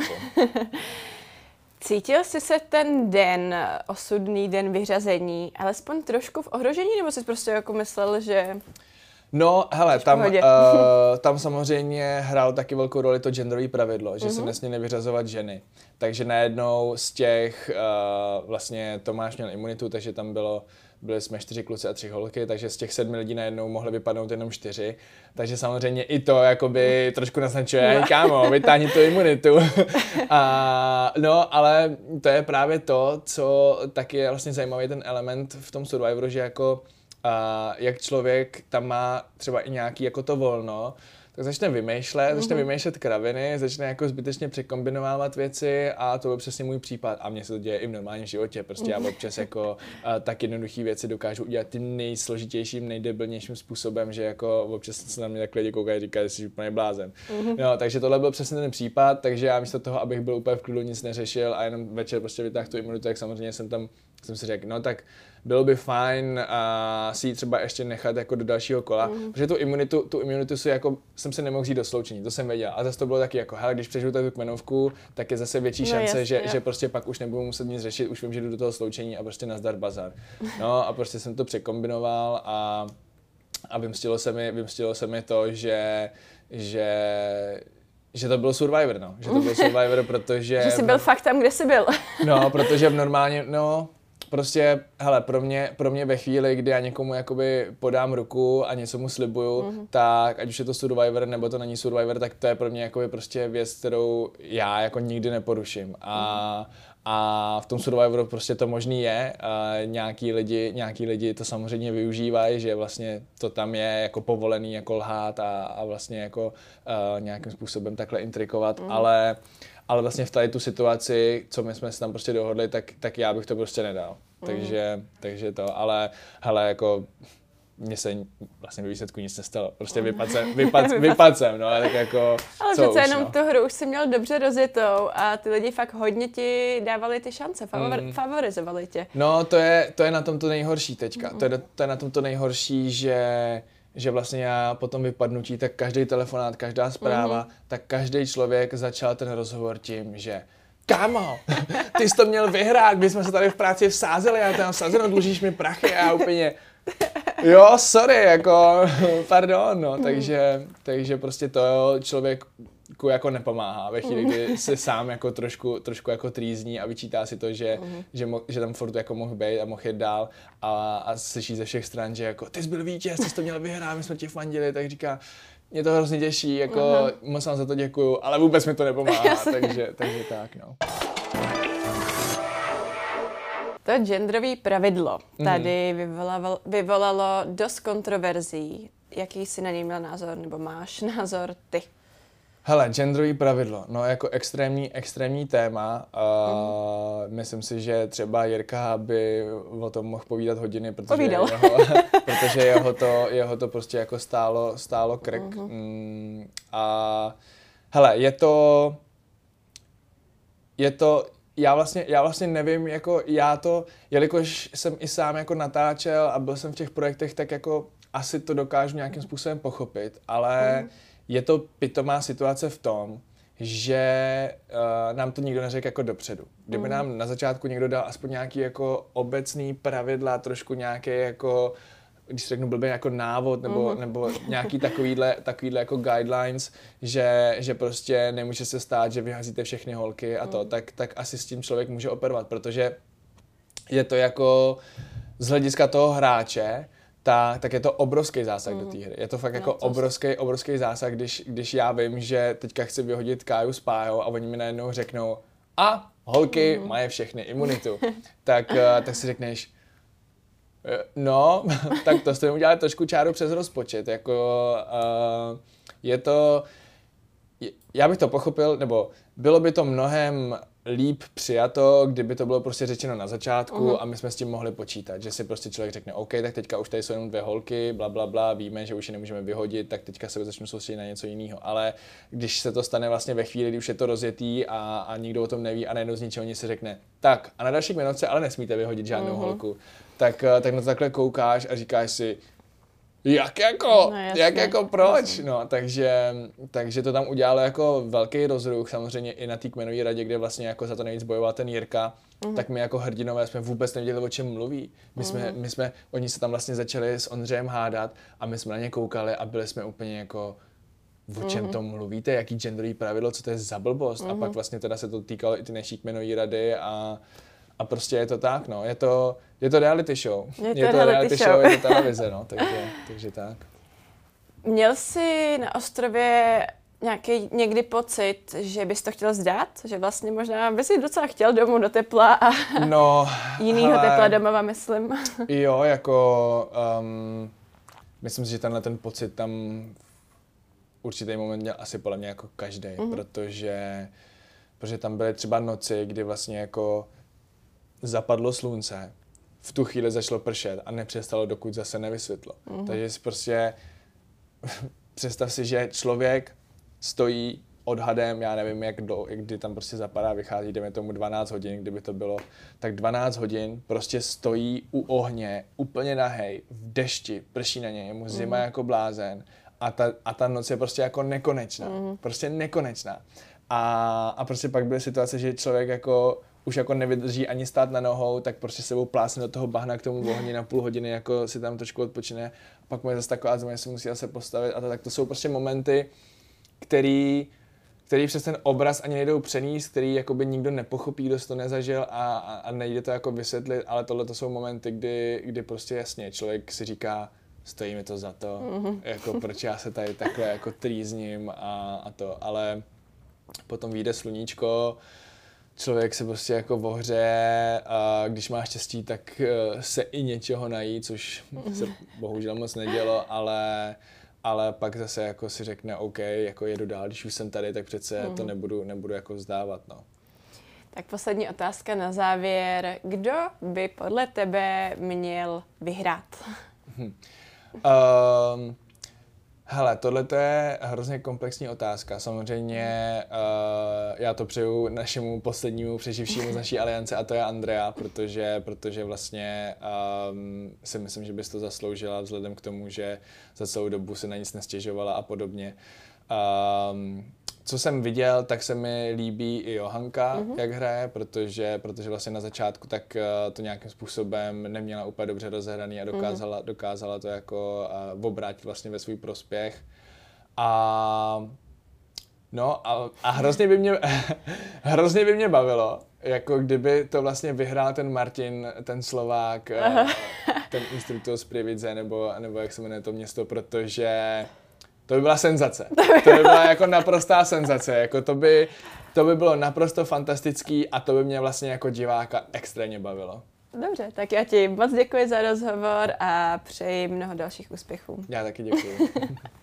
Cítil jsi se ten den, osudný den vyřazení, alespoň trošku v ohrožení, nebo jsi prostě jako myslel, že... No, hele, tam, uh, tam samozřejmě hrál taky velkou roli to genderové pravidlo, že mm-hmm. se nesmí nevyřazovat ženy. Takže najednou z těch, uh, vlastně Tomáš měl imunitu, takže tam bylo, byli jsme čtyři kluci a tři holky, takže z těch sedmi lidí najednou mohly vypadnout jenom čtyři. Takže samozřejmě i to jakoby trošku naznačuje, hej kámo, vytáhni tu imunitu. a, no, ale to je právě to, co taky je vlastně zajímavý ten element v tom Survivoru, že jako a jak člověk tam má třeba i nějaký jako to volno, tak začne vymýšlet, začne mm-hmm. vymýšlet kraviny, začne jako zbytečně překombinovávat věci a to byl přesně můj případ. A mně se to děje i v normálním životě, prostě já občas jako a, tak jednoduché věci dokážu udělat tím nejsložitějším, nejdebilnějším způsobem, že jako občas se na mě takhle lidi koukají a říkají, že jsi úplně blázen. Mm-hmm. No, takže tohle byl přesně ten případ, takže já místo toho, abych byl úplně v klidu, nic neřešil a jenom večer prostě vytáhl tu imunitu, tak samozřejmě jsem tam, jsem si řekl, no tak bylo by fajn a si ji třeba ještě nechat jako do dalšího kola, mm. protože tu imunitu, tu imunitu si jako, jsem se nemohl vzít do sloučení, to jsem věděl. A zase to bylo taky jako, hele, když přežiju tu kmenovku, tak je zase větší šance, no, jasně, že, že prostě pak už nebudu muset nic řešit, už vím, že jdu do toho sloučení a prostě nazdar bazar. No a prostě jsem to překombinoval a, a vymstilo se mi, vymstilo se mi to, že, že že to byl Survivor, no. Že to byl Survivor, protože... Že jsi byl fakt tam, kde jsi byl. No, protože v normálně, no... Prostě, hele, pro mě, pro mě ve chvíli, kdy já někomu jakoby podám ruku a něco mu slibuju, mm-hmm. tak ať už je to Survivor nebo to není Survivor, tak to je pro mě jakoby prostě věc, kterou já jako nikdy neporuším. A, mm-hmm. a v tom Survivoru prostě to možný je. A nějaký lidi, nějaký lidi to samozřejmě využívají, že vlastně to tam je jako povolený jako lhát a, a vlastně jako uh, nějakým způsobem takhle intrikovat, mm-hmm. ale Ale vlastně v tady tu situaci, co my jsme se tam prostě dohodli, tak, tak já bych to prostě nedal. Mm. Takže, takže to, ale hele, jako mně se vlastně ve výsledku nic nestalo. Prostě vypad jsem, vypad, vypad jsem, no, tak jako ale co přece už, jenom no. tu hru už jsi měl dobře rozjetou a ty lidi fakt hodně ti dávali ty šance, favor, mm. favorizovali tě. No, to je, to je na tom to nejhorší teďka. Mm. To, je, to je na tom to nejhorší, že že vlastně já po tom vypadnutí, tak každý telefonát, každá zpráva, mm-hmm. tak každý člověk začal ten rozhovor tím, že kámo, ty jsi to měl vyhrát, my jsme se tady v práci vsázeli, já tam vsázeno, dlužíš mi prachy a úplně, jo, sorry, jako, pardon, no, takže, takže prostě to člověk jako nepomáhá ve chvíli, kdy se sám jako trošku, trošku jako trýzní a vyčítá si to, že, mm. že, mo, že tam furt jako mohl být a mohl jít dál a, a slyší ze všech stran, že jako ty jsi byl vítěz, ty jsi to měl vyhrát, my jsme tě fandili, tak říká, mě to hrozně těší, jako uh-huh. moc vám za to děkuju, ale vůbec mi to nepomáhá, takže, takže tak, no. To genderové pravidlo tady mm. vyvolalo, vyvolalo dost kontroverzí. Jaký jsi na něj měl názor, nebo máš názor ty? Hele, genderový pravidlo, no jako extrémní, extrémní téma. Uh, mm. Myslím si, že třeba Jirka by o tom mohl povídat hodiny, protože, jeho, protože jeho, to, jeho to prostě jako stálo, stálo krk. Mm-hmm. Mm, a hele, je to, je to, já vlastně, já vlastně nevím, jako já to, jelikož jsem i sám jako natáčel a byl jsem v těch projektech, tak jako asi to dokážu nějakým způsobem pochopit, ale mm. je to pitomá situace v tom, že uh, nám to nikdo neřekl jako dopředu. Kdyby mm. nám na začátku někdo dal aspoň nějaký jako obecný pravidla, trošku nějaký jako, když řeknu blbě, jako návod, nebo, mm. nebo nějaký takovýhle, takovýhle jako guidelines, že, že prostě nemůže se stát, že vyházíte všechny holky a to, mm. tak, tak asi s tím člověk může operovat, protože je to jako z hlediska toho hráče, tak, tak je to obrovský zásah mm. do té hry. Je to fakt no, jako to obrovský, obrovský zásah, když, když já vím, že teďka chci vyhodit Káju s Pájou a oni mi najednou řeknou a holky mm. mají všechny imunitu. tak, tak si řekneš, no, tak to jste udělali trošku čáru přes rozpočet. Jako, uh, je to, já bych to pochopil, nebo bylo by to mnohem líp přijato, kdyby to bylo prostě řečeno na začátku uh-huh. a my jsme s tím mohli počítat, že si prostě člověk řekne, OK, tak teďka už tady jsou jenom dvě holky, bla, bla, bla, víme, že už je nemůžeme vyhodit, tak teďka se začnu soustředit na něco jiného. Ale když se to stane vlastně ve chvíli, kdy už je to rozjetý a, a nikdo o tom neví a najednou z ničeho nic se řekne, tak a na další kmenovce ale nesmíte vyhodit žádnou uh-huh. holku, tak, tak na to takhle koukáš a říkáš si, jak jako, no, jasně, jak jako proč, jasně. No, takže, takže to tam udělalo jako velký rozruch, samozřejmě i na té kmenové radě, kde vlastně jako za to nejvíc bojoval ten Jirka, uh-huh. tak my jako hrdinové jsme vůbec nevěděli, o čem mluví. My jsme, uh-huh. my jsme, oni se tam vlastně začali s Ondřejem hádat a my jsme na ně koukali a byli jsme úplně jako, o čem uh-huh. to mluvíte, jaký genderový pravidlo, co to je za blbost. Uh-huh. A pak vlastně teda se to týkalo i ty naší kmenové rady a A prostě je to tak, no, je to, je to reality show. Je to, je to reality, reality show. show, je to televize, no, takže, takže tak. Měl jsi na ostrově nějaký někdy pocit, že bys to chtěl vzdát? Že vlastně možná bys si docela chtěl domů do tepla a no, jinýho hele, tepla domova, myslím. Jo, jako, um, myslím si, že tenhle ten pocit tam v určitý moment měl asi podle mě jako každý, mm-hmm. protože, protože tam byly třeba noci, kdy vlastně jako zapadlo slunce, v tu chvíli začalo pršet a nepřestalo, dokud zase nevysvětlo. Mm-hmm. Takže si prostě představ si, že člověk stojí odhadem, já nevím, jak do, kdy tam prostě zapadá, vychází, jdeme tomu dvanáct hodin, kdyby to bylo, tak dvanáct hodin prostě stojí u ohně, úplně nahej, v dešti, prší na něj, je mu zima mm-hmm. jako blázen a ta, a ta noc je prostě jako nekonečná, mm-hmm. prostě nekonečná. A, a prostě pak byly situace, že člověk jako už jako nevydrží ani stát na nohou, tak prostě sebou plásne do toho bahna k tomu ohni na půl hodiny, jako si tam trošku odpočine. A pak mu je zase taková zima, že se musí zase postavit a to, tak to jsou prostě momenty, který, který přes ten obraz ani nejdou přenést, který jakoby nikdo nepochopí, kdo to nezažil a, a, a nejde to jako vysvětlit, ale tohle to jsou momenty, kdy, kdy prostě jasně člověk si říká, stojí mi to za to, mm-hmm. jako proč já se tady takhle jako trýzním a, a to, ale potom vyjde sluníčko, člověk se prostě jako ohřeje a když má štěstí, tak se i něčeho nají, což se bohužel moc nedělo, ale, ale pak zase jako si řekne OK, jako jedu dál, když už jsem tady, tak přece mm. to nebudu, nebudu jako vzdávat, no. Tak poslední otázka na závěr. Kdo by podle tebe měl vyhrát? um, Hele, tohle je hrozně komplexní otázka. Samozřejmě uh, já to přeju našemu poslednímu přeživšímu z naší aliance a to je Andrea, protože, protože vlastně um, si myslím, že bys to zasloužila vzhledem k tomu, že za celou dobu se na nic nestěžovala a podobně. Um, co jsem viděl, tak se mi líbí i Johanka, mm-hmm. jak hraje, protože, protože vlastně na začátku tak uh, to nějakým způsobem neměla úplně dobře rozehraný a dokázala, mm-hmm. dokázala to jako uh, obrátit vlastně ve svůj prospěch. A no a, a hrozně by mě hrozně by mě bavilo, jako kdyby to vlastně vyhrál ten Martin, ten Slovák, uh, ten instruktor z Prievidze, nebo, nebo jak se jmenuje to město, protože to by byla senzace. To by byla jako naprostá senzace. Jako to, by, to by bylo naprosto fantastický a to by mě vlastně jako diváka extrémně bavilo. Dobře, tak já ti moc děkuji za rozhovor a přeji mnoho dalších úspěchů. Já taky děkuji.